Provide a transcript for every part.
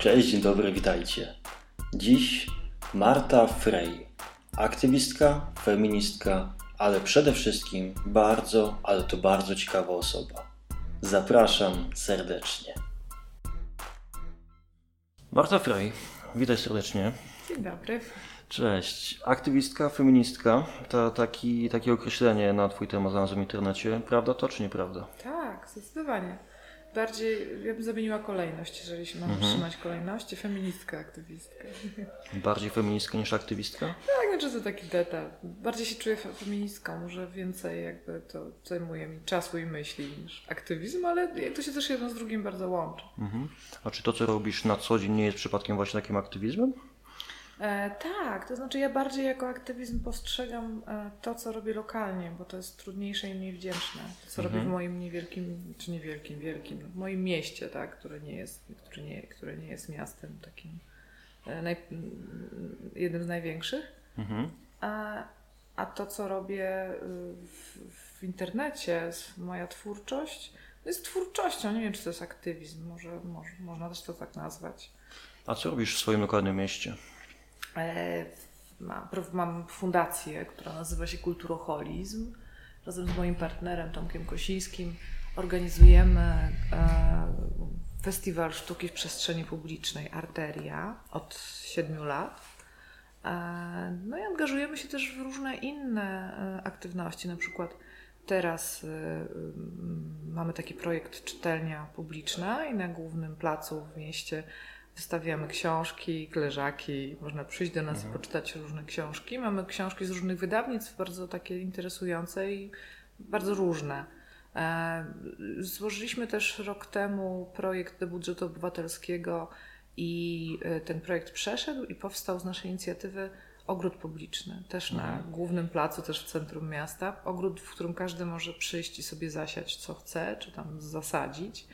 Cześć, dzień dobry, witajcie. Dziś Marta Frey, aktywistka, feministka, ale przede wszystkim bardzo, ale to bardzo ciekawa osoba. Zapraszam serdecznie. Marta Frey, witaj serdecznie. Dzień dobry. Cześć. Aktywistka, feministka, to takie określenie na twój temat znalazłem w internecie. Prawda to czy nieprawda? Tak, zdecydowanie. Bardziej, ja bym zamieniła kolejność, jeżeli się mam trzymać kolejności. Feministka, aktywistka. Bardziej feministka niż aktywistka? Tak, znaczy to taki detal. Bardziej się czuję feministką, może więcej jakby to zajmuje mi czasu i myśli niż aktywizm, ale to się też jedno z drugim bardzo łączy. A czy to, co robisz na co dzień, nie jest przypadkiem właśnie takim aktywizmem? Tak, to znaczy ja bardziej jako aktywizm postrzegam to, co robię lokalnie, bo to jest trudniejsze i mniej wdzięczne. To, co robię w moim niewielkim, czy niewielkim, w moim mieście, tak, które nie jest miastem takim jednym z największych. A to, co robię w internecie, moja twórczość, jest twórczością. Nie wiem, czy to jest aktywizm, może można też to tak nazwać. A co robisz w swoim lokalnym mieście? Mam fundację, która nazywa się Kulturoholizm. Razem z moim partnerem Tomkiem Kosińskim organizujemy festiwal sztuki w przestrzeni publicznej Arteria od 7 lat. No i angażujemy się też w różne inne aktywności. Na przykład teraz mamy taki projekt Czytelnia Publiczna i na głównym placu w mieście wystawiamy książki, leżaki, można przyjść do nas i poczytać różne książki. Mamy książki z różnych wydawnictw, bardzo takie interesujące i bardzo różne. Złożyliśmy też rok temu projekt do budżetu obywatelskiego i ten projekt przeszedł i powstał z naszej inicjatywy ogród publiczny, też na głównym placu, też w centrum miasta. Ogród, w którym każdy może przyjść i sobie zasiać co chce, czy tam zasadzić.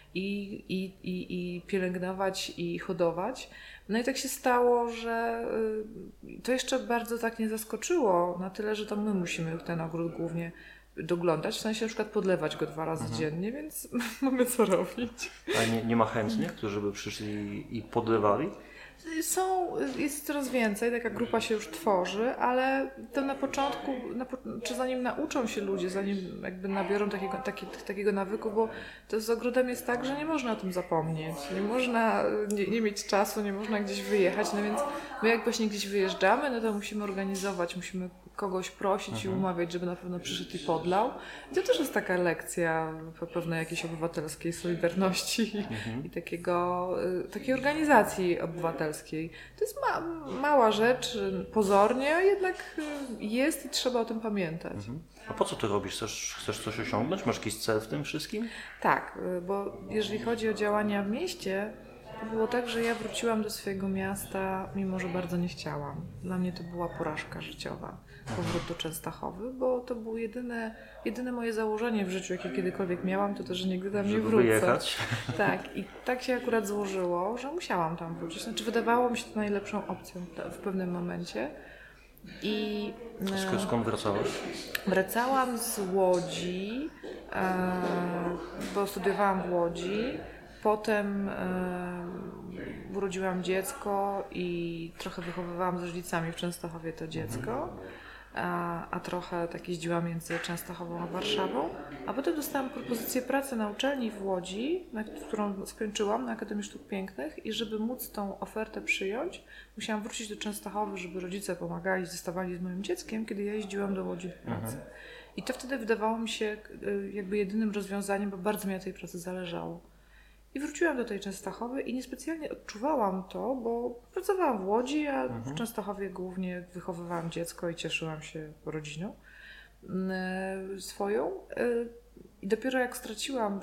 I pielęgnować i hodować. No i tak się stało, że to jeszcze bardzo tak nie zaskoczyło, na tyle, że to my musimy ten ogród głównie doglądać, w sensie na przykład podlewać go 2 razy dziennie, więc mamy co robić. A nie ma chętnych, którzy by przyszli i podlewali? Jest coraz więcej, taka grupa się już tworzy, ale to na początku, czy zanim nauczą się ludzie, zanim jakby nabiorą takiego nawyku, bo to z ogrodem jest tak, że nie można o tym zapomnieć, nie można nie mieć czasu, nie można gdzieś wyjechać, no więc my jak właśnie gdzieś wyjeżdżamy, no to musimy organizować, musimy kogoś prosić i umawiać, żeby na pewno przyszedł i podlał. I to też jest taka lekcja pewnej jakiejś obywatelskiej solidarności i takiej organizacji obywatelskiej. To jest mała rzecz, pozornie, a jednak jest i trzeba o tym pamiętać. A po co to robisz? Chcesz coś osiągnąć? Masz jakiś cel w tym wszystkim? Tak, bo jeżeli chodzi o działania w mieście, to było tak, że ja wróciłam do swojego miasta, mimo że bardzo nie chciałam. Dla mnie to była porażka życiowa, powrót do Częstochowy, bo to było jedyne moje założenie w życiu, jakie kiedykolwiek miałam, to że nigdy tam nie wrócę. Wyjechać. Tak, i tak się akurat złożyło, że musiałam tam wrócić. Znaczy wydawało mi się to najlepszą opcją w pewnym momencie. Skąd wracałaś? Wracałam z Łodzi, bo studiowałam w Łodzi. Potem urodziłam dziecko i trochę wychowywałam z rodzicami w Częstochowie to dziecko, a trochę tak jeździłam między Częstochową a Warszawą. A potem dostałam propozycję pracy na uczelni w Łodzi, którą skończyłam na Akademii Sztuk Pięknych i żeby móc tą ofertę przyjąć, musiałam wrócić do Częstochowy, żeby rodzice pomagali, zostawali z moim dzieckiem, kiedy ja jeździłam do Łodzi do pracy. I to wtedy wydawało mi się jakby jedynym rozwiązaniem, bo bardzo mi na tej pracy zależało. I wróciłam do tej Częstochowy i niespecjalnie odczuwałam to, bo pracowałam w Łodzi, a w Częstochowie głównie wychowywałam dziecko i cieszyłam się rodziną swoją. I dopiero jak straciłam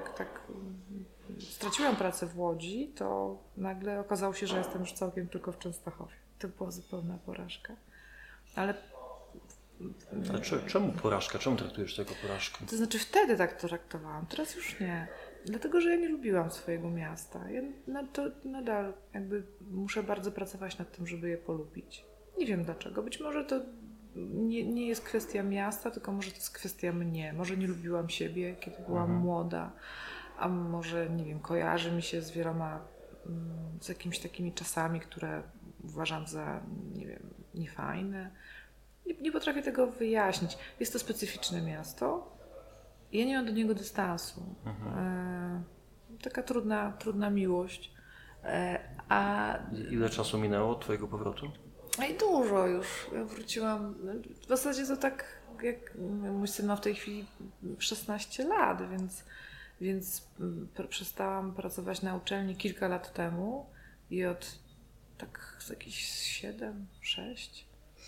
pracę w Łodzi, to nagle okazało się, że jestem już całkiem tylko w Częstochowie. To była zupełna porażka. Ale czemu porażka? Czemu traktujesz to jako porażkę? to znaczy wtedy tak to traktowałam, teraz już nie. Dlatego, że ja nie lubiłam swojego miasta. Ja to nadal jakby muszę bardzo pracować nad tym, żeby je polubić. Nie wiem dlaczego. Być może to nie jest kwestia miasta, tylko może to jest kwestia mnie. Może nie lubiłam siebie, kiedy byłam młoda, a może, nie wiem, kojarzy mi się z wieloma z jakimiś takimi czasami, które uważam za, nie wiem, niefajne. Nie potrafię tego wyjaśnić. Jest to specyficzne miasto. Ja nie mam do niego dystansu. Taka trudna miłość. A Ile czasu minęło od twojego powrotu? i dużo już. Ja wróciłam. W zasadzie to tak, jak mój syn ma w tej chwili 16 lat, więc przestałam pracować na uczelni kilka lat temu i od tak z jakichś 7, 6.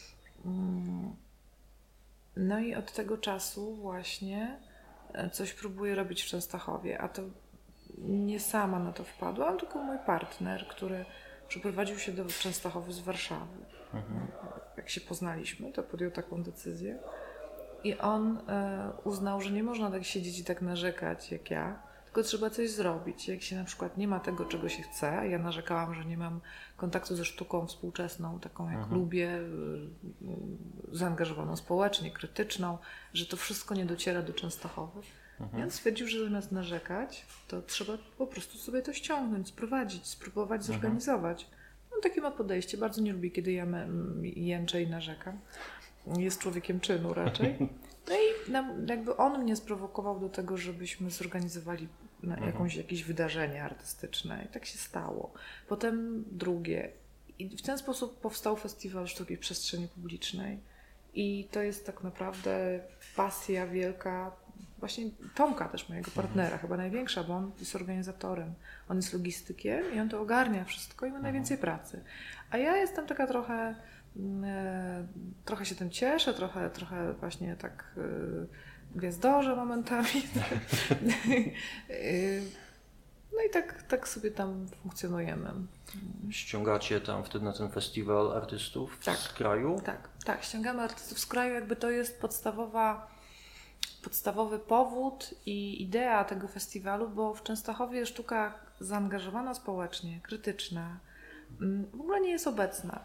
No i od tego czasu właśnie coś próbuję robić w Częstochowie, a to nie sama na to wpadłam, tylko mój partner, który przeprowadził się do Częstochowy z Warszawy. Jak się poznaliśmy, to podjął taką decyzję i on uznał, że nie można tak siedzieć i tak narzekać jak ja, tylko trzeba coś zrobić. Jak się na przykład nie ma tego, czego się chce, ja narzekałam, że nie mam kontaktu ze sztuką współczesną, taką jak lubię, zaangażowaną społecznie, krytyczną, że to wszystko nie dociera do Częstochowy. I on stwierdził, że zamiast narzekać, to trzeba po prostu sobie to ściągnąć, sprowadzić, spróbować zorganizować. No, takie ma podejście. Bardzo nie lubi, kiedy ja jęczę i narzekam. Jest człowiekiem czynu raczej. No i jakby on mnie sprowokował do tego, żebyśmy zorganizowali jakieś wydarzenie artystyczne. I tak się stało. Potem drugie. I w ten sposób powstał Festiwal Sztuki w Przestrzeni Publicznej. I to jest tak naprawdę pasja wielka właśnie Tomka też, mojego partnera, chyba największa, bo on jest organizatorem. On jest logistykiem i on to ogarnia wszystko i ma najwięcej pracy. A ja jestem taka trochę się tym cieszę, trochę właśnie tak gwiazdorzę momentami. No i tak sobie tam funkcjonujemy. Ściągacie tam wtedy na ten festiwal artystów z kraju? Tak, ściągamy artystów z kraju, jakby to jest podstawowy powód i idea tego festiwalu, bo w Częstochowie sztuka zaangażowana społecznie, krytyczna, w ogóle nie jest obecna.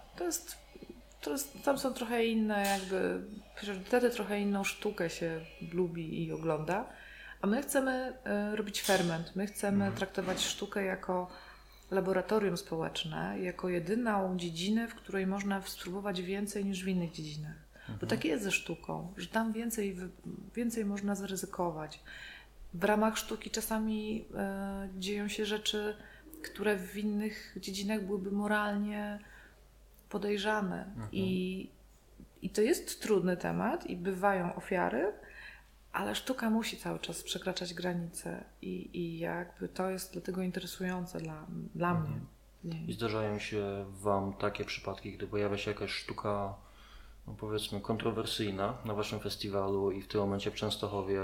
Tam są trochę inne jakby priorytety, trochę inną sztukę się lubi i ogląda, a my chcemy robić ferment, my chcemy traktować sztukę jako laboratorium społeczne, jako jedyną dziedzinę, w której można spróbować więcej niż w innych dziedzinach. Bo tak jest ze sztuką, że tam więcej można zaryzykować. W ramach sztuki czasami dzieją się rzeczy, które w innych dziedzinach byłyby moralnie podejrzane. I to jest trudny temat i bywają ofiary, ale sztuka musi cały czas przekraczać granice i jakby to jest dlatego interesujące dla mnie. I zdarzają się wam takie przypadki, gdy pojawia się jakaś sztuka, no powiedzmy, kontrowersyjna na waszym festiwalu i w tym momencie w Częstochowie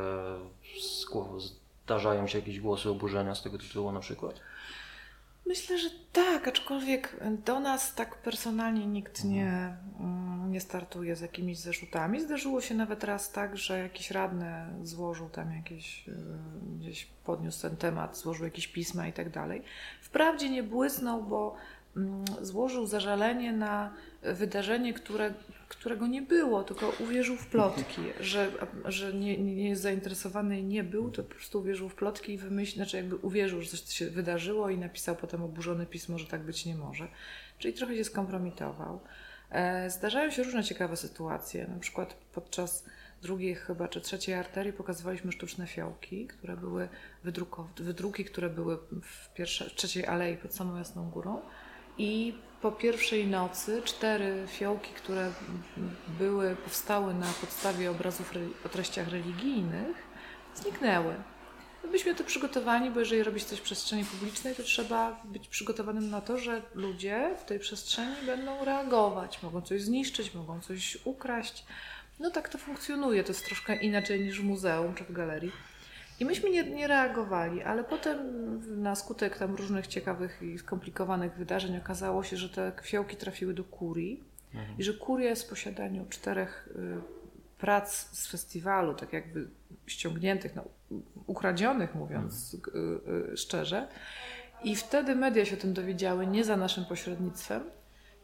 zdarzają się jakieś głosy oburzenia z tego tytułu na przykład? Myślę, że tak, aczkolwiek do nas tak personalnie nikt nie startuje z jakimiś zarzutami. Zdarzyło się nawet raz tak, że jakiś radny złożył tam gdzieś podniósł ten temat, złożył jakieś pisma i tak dalej. Wprawdzie nie błysnął, bo złożył zażalenie na wydarzenie, którego nie było, tylko uwierzył w plotki, że nie jest zainteresowany i nie był, to po prostu uwierzył w plotki i jakby uwierzył, że coś się wydarzyło i napisał potem oburzone pismo, że tak być nie może. Czyli trochę się skompromitował. Zdarzają się różne ciekawe sytuacje, na przykład podczas drugiej chyba czy trzeciej arterii pokazywaliśmy sztuczne fiołki, które były wydruki, które były w trzeciej alei pod samą Jasną Górą. I po pierwszej nocy 4 fiołki, które powstały na podstawie obrazów o treściach religijnych, zniknęły. Byliśmy to przygotowani, bo jeżeli robić coś w przestrzeni publicznej, to trzeba być przygotowanym na to, że ludzie w tej przestrzeni będą reagować, mogą coś zniszczyć, mogą coś ukraść. No tak to funkcjonuje, to jest troszkę inaczej niż w muzeum czy w galerii. I myśmy nie reagowali, ale potem na skutek tam różnych ciekawych i skomplikowanych wydarzeń okazało się, że te fiołki trafiły do kurii i że kuria jest w posiadaniu 4 prac z festiwalu, tak jakby ściągniętych, ukradzionych, mówiąc szczerze. I wtedy media się o tym dowiedziały, nie za naszym pośrednictwem.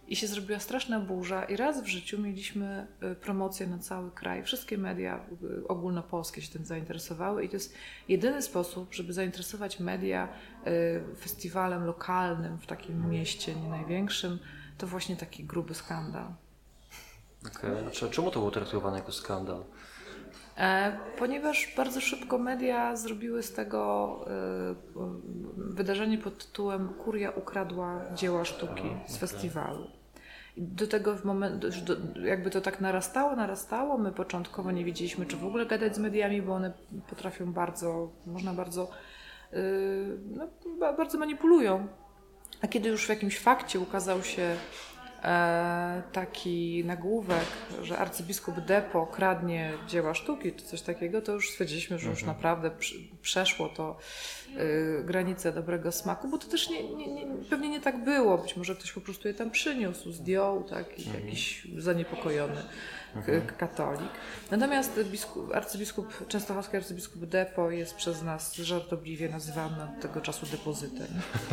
i się zrobiła straszna burza i raz w życiu mieliśmy promocję na cały kraj. Wszystkie media ogólnopolskie się tym zainteresowały i to jest jedyny sposób, żeby zainteresować media festiwalem lokalnym w takim mieście, nie największym, to właśnie taki gruby skandal. Okej. A czemu to było traktowane jako skandal? Ponieważ bardzo szybko media zrobiły z tego wydarzenie pod tytułem Kuria ukradła dzieła sztuki z festiwalu. I do tego jakby to tak narastało. My początkowo nie wiedzieliśmy, czy w ogóle gadać z mediami, bo one potrafią bardzo manipulują. A kiedy już w jakimś fakcie ukazał się taki nagłówek, że arcybiskup Depo kradnie dzieła sztuki czy coś takiego, to już stwierdziliśmy, że już naprawdę przeszło to granice dobrego smaku, bo to też pewnie nie tak było. Być może ktoś po prostu je tam przyniósł, zdjął, tak, jakiś zaniepokojony katolik. Natomiast częstochowski arcybiskup Depo jest przez nas żartobliwie nazywany od tego czasu depozytem.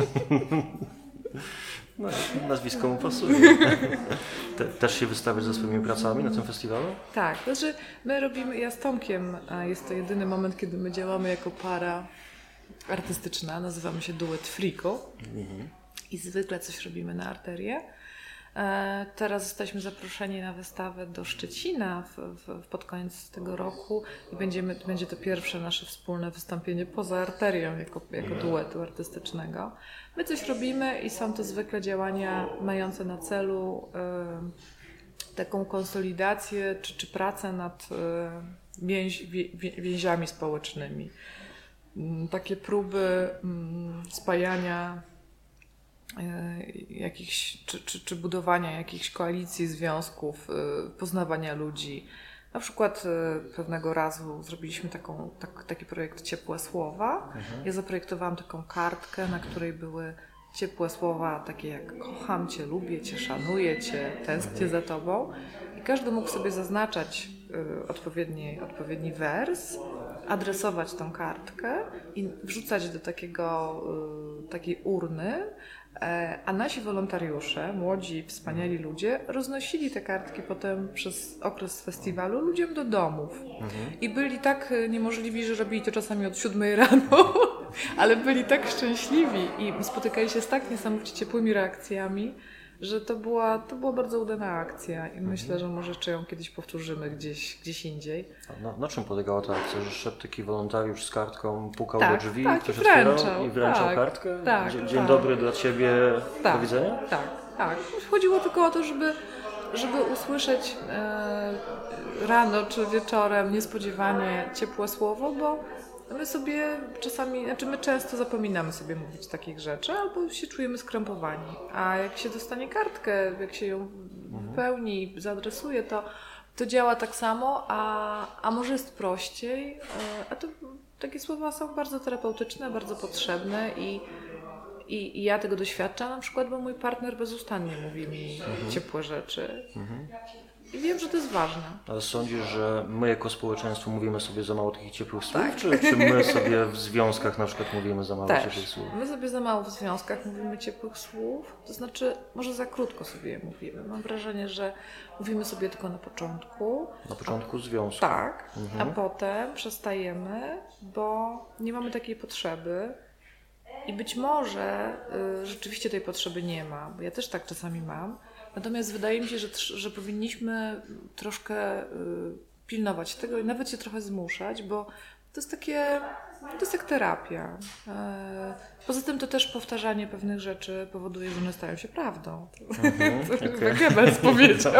No, nazwisko mu pasuje. Też się wystawiasz ze swoimi pracami na tym festiwalu? Tak, to znaczy my robimy, ja z Tomkiem, jest to jedyny moment, kiedy my działamy jako para artystyczna, nazywamy się Duet Friko i zwykle coś robimy na Arterię. Teraz jesteśmy zaproszeni na wystawę do Szczecina pod koniec tego roku i będzie to pierwsze nasze wspólne wystąpienie poza Arterią jako duetu artystycznego. My coś robimy i są to zwykle działania mające na celu taką konsolidację czy pracę nad więziami społecznymi. Takie próby spajania jakichś, czy budowania jakichś koalicji, związków, poznawania ludzi. Na przykład pewnego razu zrobiliśmy taki projekt Ciepłe Słowa. Ja zaprojektowałam taką kartkę, na której były ciepłe słowa takie jak kocham Cię, lubię Cię, szanuję Cię, tęsknię za Tobą. I każdy mógł sobie zaznaczać odpowiedni wers, adresować tą kartkę i wrzucać do takiej urny, a nasi wolontariusze, młodzi, wspaniali ludzie, roznosili te kartki potem przez okres festiwalu ludziom do domów. I byli tak niemożliwi, że robili to czasami od 7 rano, ale byli tak szczęśliwi i spotykali się z tak niesamowicie ciepłymi reakcjami, że to była bardzo udana akcja i myślę, że może jeszcze ją kiedyś powtórzymy gdzieś indziej. Na czym polegała ta akcja? Że szedł taki wolontariusz z kartką, pukał do drzwi, ktoś otwierał i wręczał kartkę? Dzień tak. dobry dla Ciebie, do widzenia? Tak. Chodziło tylko o to, żeby usłyszeć rano czy wieczorem niespodziewanie ciepłe słowo, bo my sobie czasami, my często zapominamy sobie mówić takich rzeczy, albo się czujemy skrępowani. A jak się dostanie kartkę, jak się ją wypełni, zaadresuje, to działa tak samo, a może jest prościej. A to takie słowa są bardzo terapeutyczne, bardzo potrzebne i ja tego doświadczam na przykład, bo mój partner bezustannie mówi mi ciepłe rzeczy. I wiem, że to jest ważne. Ale sądzisz, że my jako społeczeństwo mówimy sobie za mało takich ciepłych słów? Tak. Czy my sobie w związkach na przykład mówimy za mało ciepłych słów? My sobie za mało w związkach mówimy ciepłych słów. To znaczy, może za krótko sobie je mówimy. Mam wrażenie, że mówimy sobie tylko na początku. Na początku związku. Tak, a potem przestajemy, bo nie mamy takiej potrzeby. I być może rzeczywiście tej potrzeby nie ma, bo ja też tak czasami mam. Natomiast wydaje mi się, że powinniśmy troszkę pilnować tego i nawet się trochę zmuszać, bo to jest jak terapia. Poza tym to też powtarzanie pewnych rzeczy powoduje, że one stają się prawdą. To Goebbels powiedział.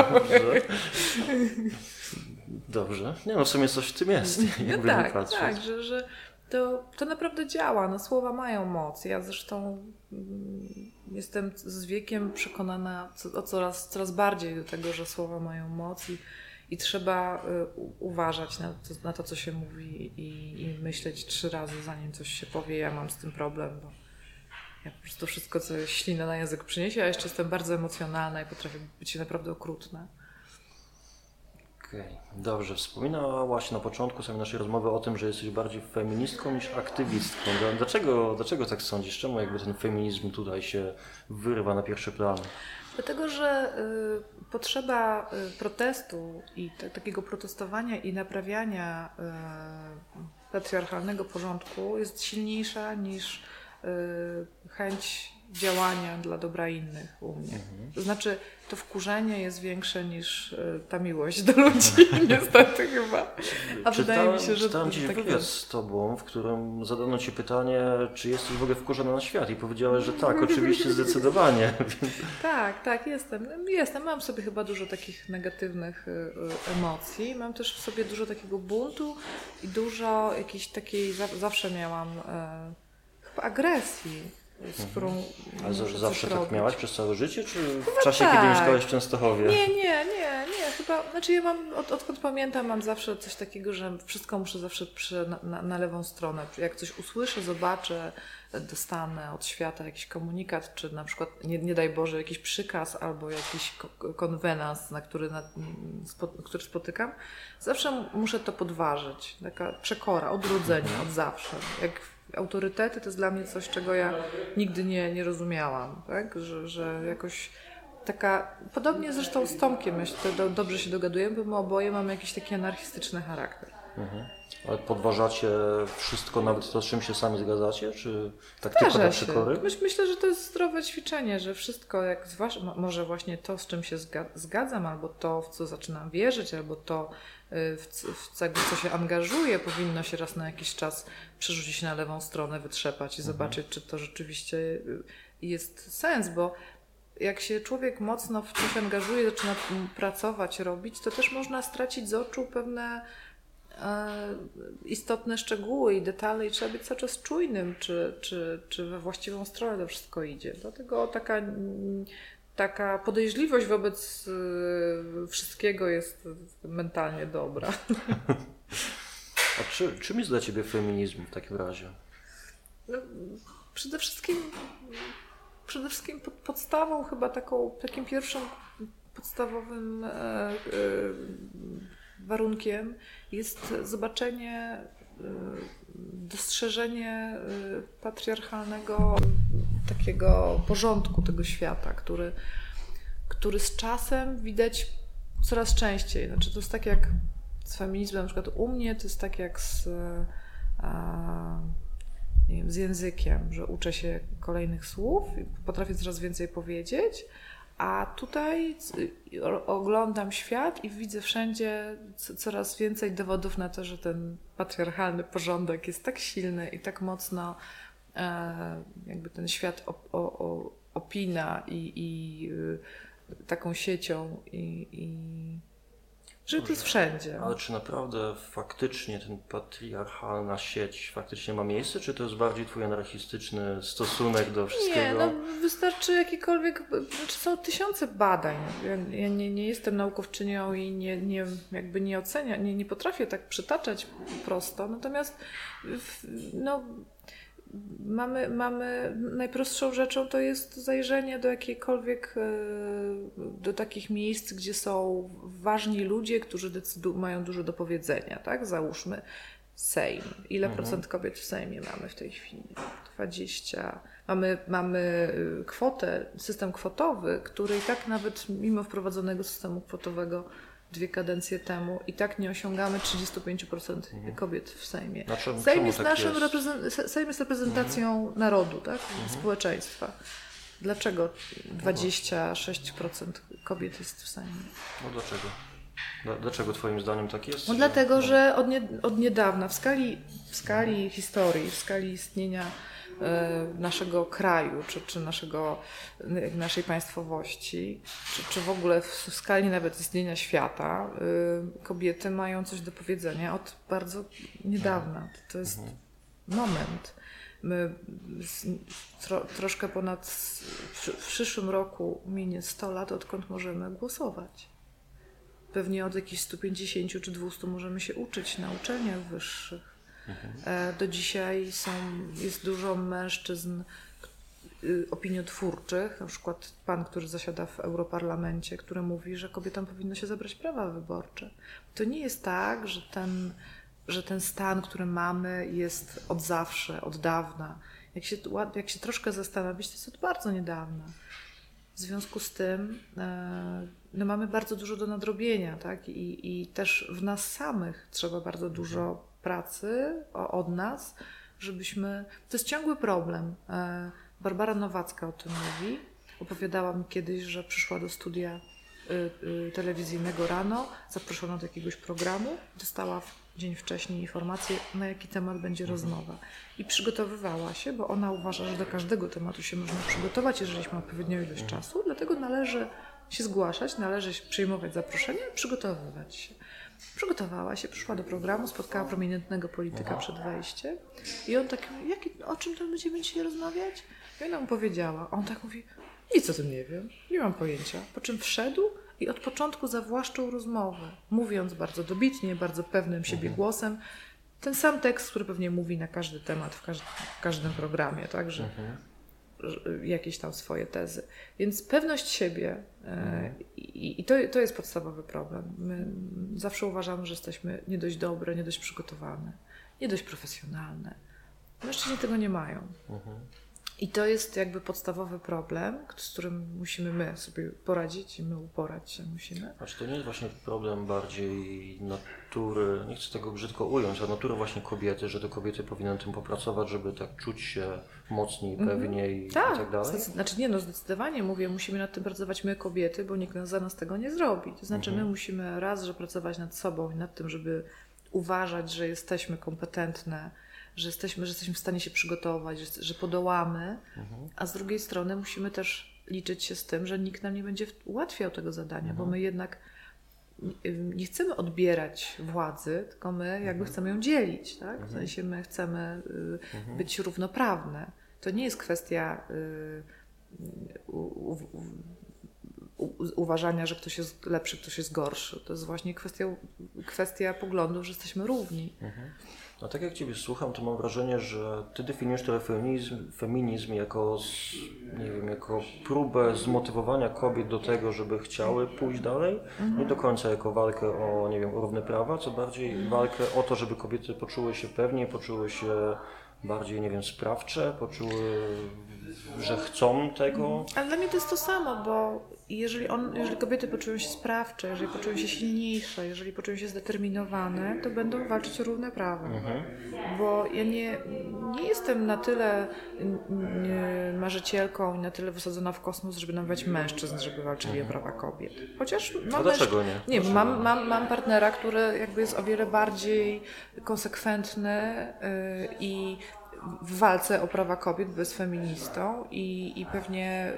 Dobrze. Nie, w sumie coś w tym jest. Tak, że to naprawdę działa. No, słowa mają moc. Ja zresztą jestem z wiekiem przekonana coraz bardziej do tego, że słowa mają moc i trzeba uważać na to, co się mówi i myśleć 3 razy, zanim coś się powie. Ja mam z tym problem, bo ja po prostu wszystko, co ślina na język przyniesie, a jeszcze jestem bardzo emocjonalna i potrafię być naprawdę okrutna. Okej. Dobrze. Wspominałaś na początku samej naszej rozmowy o tym, że jesteś bardziej feministką niż aktywistką. Dlaczego tak sądzisz? Czemu jakby ten feminizm tutaj się wyrywa na pierwszy plan? Dlatego, że potrzeba protestu i takiego protestowania i naprawiania patriarchalnego porządku jest silniejsza niż chęć działania dla dobra innych u mnie. To znaczy, to wkurzenie jest większe niż ta miłość do ludzi, niestety chyba. A wydaje mi się, że czytałem dziś tak wywiad jest. z tobą, w którym zadano ci pytanie, czy jesteś w ogóle wkurzona na świat i powiedziałeś, że tak, oczywiście, zdecydowanie. Tak, jestem. Mam w sobie chyba dużo takich negatywnych emocji. Mam też w sobie dużo takiego buntu i dużo jakiejś takiej, zawsze miałam chyba agresji, z którą Ale muszę zawsze coś tak robić. miałaś przez całe życie, czy w Chyba czasie, tak. kiedy mieszkałeś w Częstochowie? Nie, chyba, znaczy ja mam, odkąd pamiętam, mam zawsze coś takiego, że wszystko muszę zawsze na lewą stronę. Jak coś usłyszę, zobaczę, dostanę od świata jakiś komunikat, czy na przykład, nie daj Boże, jakiś przykaz albo jakiś konwenans, który spotykam, zawsze muszę to podważyć. Taka przekora, odrodzenie od zawsze. Jak autorytety to jest dla mnie coś, czego ja nigdy nie rozumiałam, tak? Że jakoś taka, podobnie zresztą z Tomkiem, myślę, to dobrze się dogadujemy, bo my oboje mamy jakiś taki anarchistyczny charakter. Ale podważacie wszystko, nawet to, z czym się sami zgadzacie? Czy tak tylko na przekory? Myślę, że to jest zdrowe ćwiczenie, że wszystko, jak zwłaszcza, może właśnie to, z czym się zgadzam, albo to, w co zaczynam wierzyć, albo to, w co się angażuję, powinno się raz na jakiś czas przerzucić na lewą stronę, wytrzepać i zobaczyć, czy to rzeczywiście jest sens, bo jak się człowiek mocno w coś angażuje, zaczyna pracować, robić, to też można stracić z oczu pewne istotne szczegóły i detale i trzeba być cały czas czujnym, czy we właściwą stronę to wszystko idzie. Dlatego taka podejrzliwość wobec wszystkiego jest mentalnie dobra. A czym jest dla ciebie feminizm w takim razie? No, przede wszystkim podstawą chyba takim pierwszym podstawowym warunkiem jest zobaczenie, dostrzeżenie patriarchalnego takiego porządku tego świata, który z czasem widać coraz częściej. Znaczy to jest tak jak z feminizmem, na przykład u mnie to jest tak jak nie wiem, z językiem, że uczę się kolejnych słów i potrafię coraz więcej powiedzieć, a tutaj oglądam świat i widzę wszędzie coraz więcej dowodów na to, że ten patriarchalny porządek jest tak silny i tak mocno jakby ten świat opina i taką siecią że to jest wszędzie. Ale czy naprawdę faktycznie ten patriarchalna sieć faktycznie ma miejsce, czy to jest bardziej twój anarchistyczny stosunek do wszystkiego? Nie, no wystarczy jakikolwiek, znaczy są tysiące badań. Ja nie jestem naukowczynią i nie oceniam, nie potrafię tak przytaczać prosto, natomiast no, mamy najprostszą rzeczą to jest zajrzenie do jakiejkolwiek, do takich miejsc, gdzie są ważni ludzie, którzy mają dużo do powiedzenia, tak? Załóżmy Sejm. Ile procent kobiet w Sejmie mamy w tej chwili? 20. Mamy kwotę, system kwotowy, który i tak nawet mimo wprowadzonego systemu kwotowego 2 kadencje temu i tak nie osiągamy 35% kobiet w Sejmie. Sejm jest Sejm jest reprezentacją narodu, tak? Społeczeństwa. Dlaczego 26% kobiet jest w Sejmie? No dlaczego? Dlaczego twoim zdaniem tak jest? No dlatego, że od niedawna w skali historii, w skali istnienia naszego kraju, czy naszej państwowości, czy w ogóle w skali nawet istnienia świata, kobiety mają coś do powiedzenia od bardzo niedawna. To jest moment. My troszkę w przyszłym roku minie 100 lat, odkąd możemy głosować. Pewnie od jakichś 150 czy 200 możemy się uczyć na uczelniach wyższych. Do dzisiaj jest dużo mężczyzn opiniotwórczych, na przykład pan, który zasiada w Europarlamencie, który mówi, że kobietom powinno się zabrać prawa wyborcze. To nie jest tak, że ten stan, który mamy, jest od zawsze, od dawna. Jak się troszkę zastanowić, to jest od bardzo niedawna. W związku z tym no mamy bardzo dużo do nadrobienia, tak? I też w nas samych trzeba bardzo dużo pracy od nas, żebyśmy... To jest ciągły problem. Barbara Nowacka o tym mówi. Opowiadała mi kiedyś, że przyszła do studia telewizyjnego rano, zaproszona do jakiegoś programu, dostała dzień wcześniej informację, na jaki temat będzie rozmowa. I przygotowywała się, bo ona uważa, że do każdego tematu się można przygotować, jeżeli ma odpowiednią ilość czasu, dlatego należy się zgłaszać, należy przyjmować zaproszenia i przygotowywać się. Przygotowała się, przyszła do programu, spotkała prominentnego polityka przed wejściem i on tak, o czym to będziemy dzisiaj rozmawiać? I ona mu powiedziała, on tak mówi, nic o tym nie wiem, nie mam pojęcia. Po czym wszedł i od początku zawłaszczył rozmowę, mówiąc bardzo dobitnie, bardzo pewnym siebie głosem, ten sam tekst, który pewnie mówi na każdy temat w każdym programie, tak, że jakieś tam swoje tezy. Więc pewność siebie i to jest podstawowy problem. My zawsze uważamy, że jesteśmy nie dość dobre, nie dość przygotowane, nie dość profesjonalne. Mężczyźni tego nie mają. I to jest jakby podstawowy problem, z którym musimy my sobie poradzić i my uporać się musimy. A czy to nie jest właśnie problem bardziej natury, nie chcę tego brzydko ująć, a natury właśnie kobiety, że to kobiety powinny nad tym popracować, żeby tak czuć się mocniej, pewniej i tak dalej? Zdecydowanie mówię, musimy nad tym pracować my kobiety, bo nikt za nas tego nie zrobi. To znaczy my musimy raz, że pracować nad sobą i nad tym, żeby uważać, że jesteśmy kompetentne, że jesteśmy w stanie się przygotować, że podołamy, a z drugiej strony musimy też liczyć się z tym, że nikt nam nie będzie ułatwiał tego zadania, bo my jednak nie chcemy odbierać władzy, tylko my jakby chcemy ją dzielić, tak? W sensie my chcemy być równoprawne. To nie jest kwestia uważania, że ktoś jest lepszy, ktoś jest gorszy. To jest właśnie kwestia poglądu, że jesteśmy równi. A tak jak Ciebie słucham, to mam wrażenie, że Ty definiujesz trochę feminizm jako, nie wiem, jako próbę zmotywowania kobiet do tego, żeby chciały pójść dalej. Nie do końca jako walkę o, nie wiem, o równe prawa, co bardziej walkę o to, żeby kobiety poczuły się pewniej, poczuły się bardziej, nie wiem, sprawcze, poczuły, że chcą tego. Ale dla mnie to jest to samo, bo jeżeli kobiety poczują się sprawcze, jeżeli poczują się silniejsze, jeżeli poczują się zdeterminowane, to będą walczyć o równe prawa. Bo ja nie jestem na tyle marzycielką i na tyle wysadzona w kosmos, żeby namawiać mężczyzn, żeby walczyli o prawa kobiet. Chociaż mam dlaczego nie? Nie, bo mam partnera, który jakby jest o wiele bardziej konsekwentny i w walce o prawa kobiet, bo jest feministą i pewnie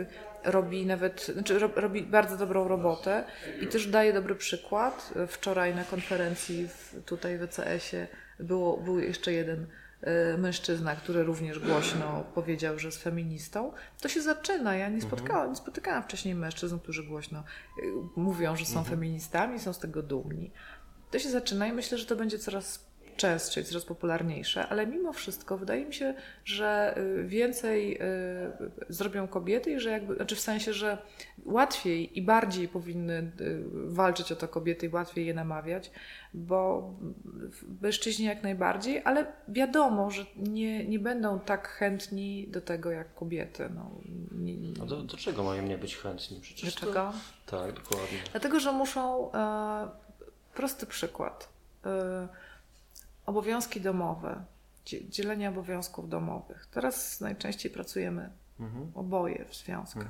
robi bardzo dobrą robotę i też daje dobry przykład. Wczoraj na konferencji tutaj w ECS-ie był jeszcze jeden mężczyzna, który również głośno powiedział, że jest feministą. To się zaczyna. Ja nie spotykałam wcześniej mężczyzn, którzy głośno mówią, że są feministami, są z tego dumni. To się zaczyna i myślę, że to będzie coraz częstsze, coraz popularniejsze, ale mimo wszystko wydaje mi się, że więcej zrobią kobiety i że w sensie, że łatwiej i bardziej powinny walczyć o to kobiety i łatwiej je namawiać, bo mężczyźni jak najbardziej, ale wiadomo, że nie będą tak chętni do tego jak kobiety. A do czego mają nie być chętni? Przecież dlaczego? Tak, dokładnie. Dlatego, że muszą... prosty przykład. Obowiązki domowe, dzielenie obowiązków domowych. Teraz najczęściej pracujemy oboje w związkach.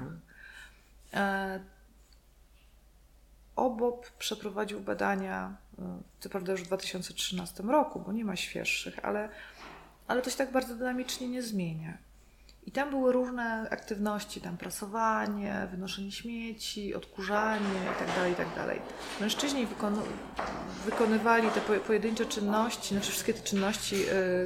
OBOP przeprowadził badania, co prawda już w 2013 roku, bo nie ma świeższych, ale to się tak bardzo dynamicznie nie zmienia. I tam były różne aktywności, tam prasowanie, wynoszenie śmieci, odkurzanie itd. Mężczyźni wykonywali te pojedyncze czynności, znaczy wszystkie te czynności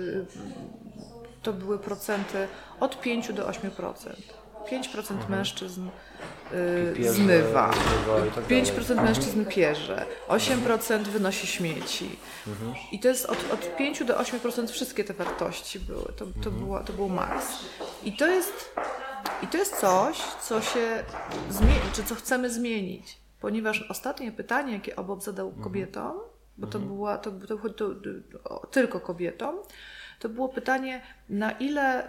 to były procenty od 5 do 8%. 5% mężczyzn zmywa, 5% mężczyzn pierze, 8% wynosi śmieci. I to jest od 5 do 8% wszystkie te wartości były. To był maks. I to jest coś, co się czy co chcemy zmienić. Ponieważ ostatnie pytanie, jakie OBOP zadał kobietom, bo to było tylko kobietom, to było pytanie, na ile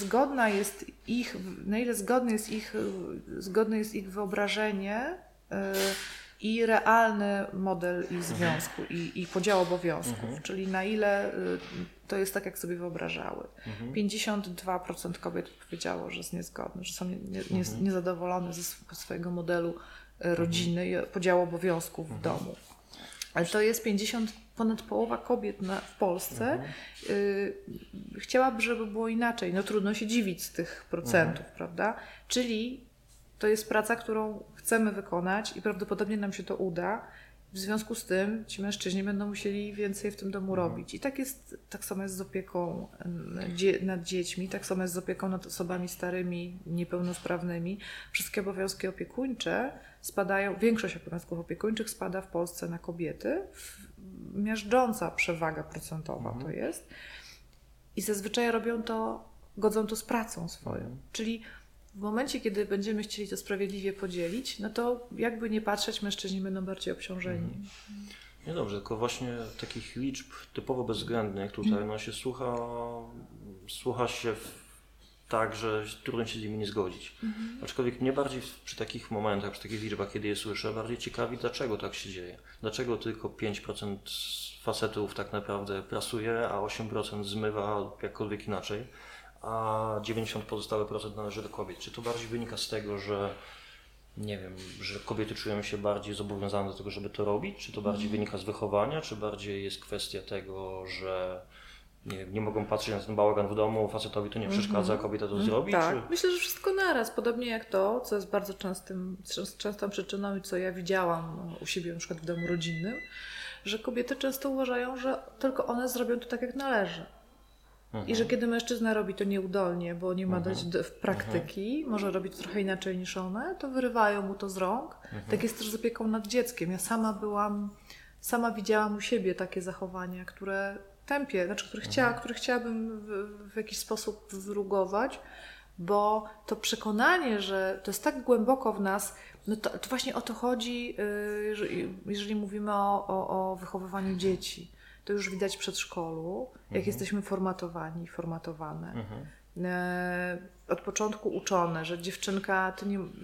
zgodne jest ich wyobrażenie i realny model ich związku i podział obowiązków, czyli na ile to jest tak, jak sobie wyobrażały. 52% kobiet powiedziało, że jest niezgodne, że są niezadowolone ze swojego modelu rodziny i podziału obowiązków w domu. Ale to jest ponad połowa kobiet w Polsce chciałaby, żeby było inaczej. No trudno się dziwić z tych procentów, prawda? Czyli to jest praca, którą chcemy wykonać i prawdopodobnie nam się to uda. W związku z tym ci mężczyźni będą musieli więcej w tym domu robić. I tak samo jest z opieką nad dziećmi, tak samo jest z opieką nad osobami starymi, niepełnosprawnymi. Wszystkie obowiązki opiekuńcze większość obowiązków opiekuńczych spada w Polsce na kobiety. Miażdżąca przewaga procentowa to jest. I zazwyczaj godzą to z pracą swoją. Czyli w momencie, kiedy będziemy chcieli to sprawiedliwie podzielić, no to jakby nie patrzeć, mężczyźni będą bardziej obciążeni. Nie dobrze, tylko właśnie takich liczb typowo bezwzględnych tutaj no się słucha się tak, że trudno się z nimi nie zgodzić. Aczkolwiek mnie bardziej przy takich momentach, przy takich liczbach, kiedy je słyszę, bardziej ciekawi, dlaczego tak się dzieje. Dlaczego tylko 5% facetów tak naprawdę pracuje, a 8% zmywa jakkolwiek inaczej, a 90% pozostałe procent należy do kobiet. Czy to bardziej wynika z tego, że nie wiem, że kobiety czują się bardziej zobowiązane do tego, żeby to robić? Czy to bardziej wynika z wychowania? Czy bardziej jest kwestia tego, że nie mogą patrzeć na ten bałagan w domu, facetowi to nie przeszkadza, kobieta to zrobi? Tak, czy... myślę, że wszystko naraz. Podobnie jak to, co jest bardzo częstą przyczyną i co ja widziałam u siebie na przykład w domu rodzinnym, że kobiety często uważają, że tylko one zrobią to tak, jak należy. I że kiedy mężczyzna robi to nieudolnie, bo nie ma dać w praktyki, może robić trochę inaczej niż one, to wyrywają mu to z rąk. Tak jest też z opieką nad dzieckiem. Ja sama widziałam u siebie takie zachowania, które które chciałabym w jakiś sposób wyrugować, bo to przekonanie, że to jest tak głęboko w nas, no to właśnie o to chodzi, jeżeli mówimy o wychowywaniu dzieci. To już widać w przedszkolu, jak jesteśmy formatowane. Od początku uczone, że dziewczynka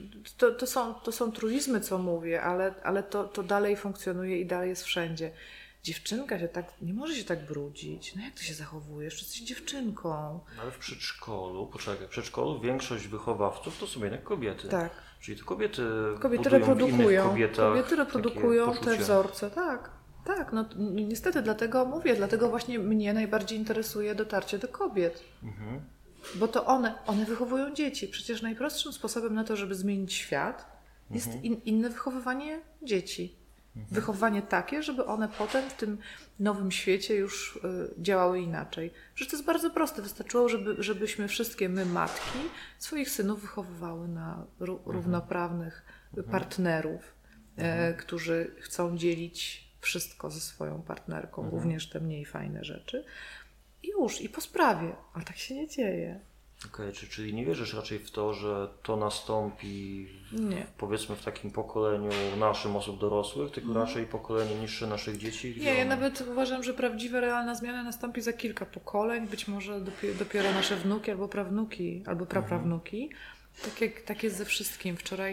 to są truizmy, co mówię, ale to dalej funkcjonuje i dalej jest wszędzie. Dziewczynka nie może się tak brudzić. No jak ty się zachowujesz? Że jesteś dziewczynką. Ale w przedszkolu większość wychowawców to są jednak kobiety. Tak. Czyli to kobiety reprodukują. Kobiety reprodukują te wzorce, tak. Tak, no niestety dlatego właśnie mnie najbardziej interesuje dotarcie do kobiet. Bo to one wychowują dzieci. Przecież najprostszym sposobem na to, żeby zmienić świat jest inne wychowywanie dzieci. Wychowanie takie, żeby one potem w tym nowym świecie już działały inaczej. Przecież to jest bardzo proste. Wystarczyło, żebyśmy wszystkie my, matki, swoich synów wychowywały na równoprawnych partnerów, którzy chcą dzielić wszystko ze swoją partnerką, również te mniej fajne rzeczy. I po sprawie. Ale tak się nie dzieje. Okej, czyli nie wierzysz raczej w to, że to nastąpi powiedzmy w takim pokoleniu naszym osób dorosłych, tylko raczej pokolenie niższe naszych dzieci? Nie, ja nawet uważam, że prawdziwa, realna zmiana nastąpi za kilka pokoleń, być może dopiero nasze wnuki albo prawnuki, albo praprawnuki. Tak jest ze wszystkim.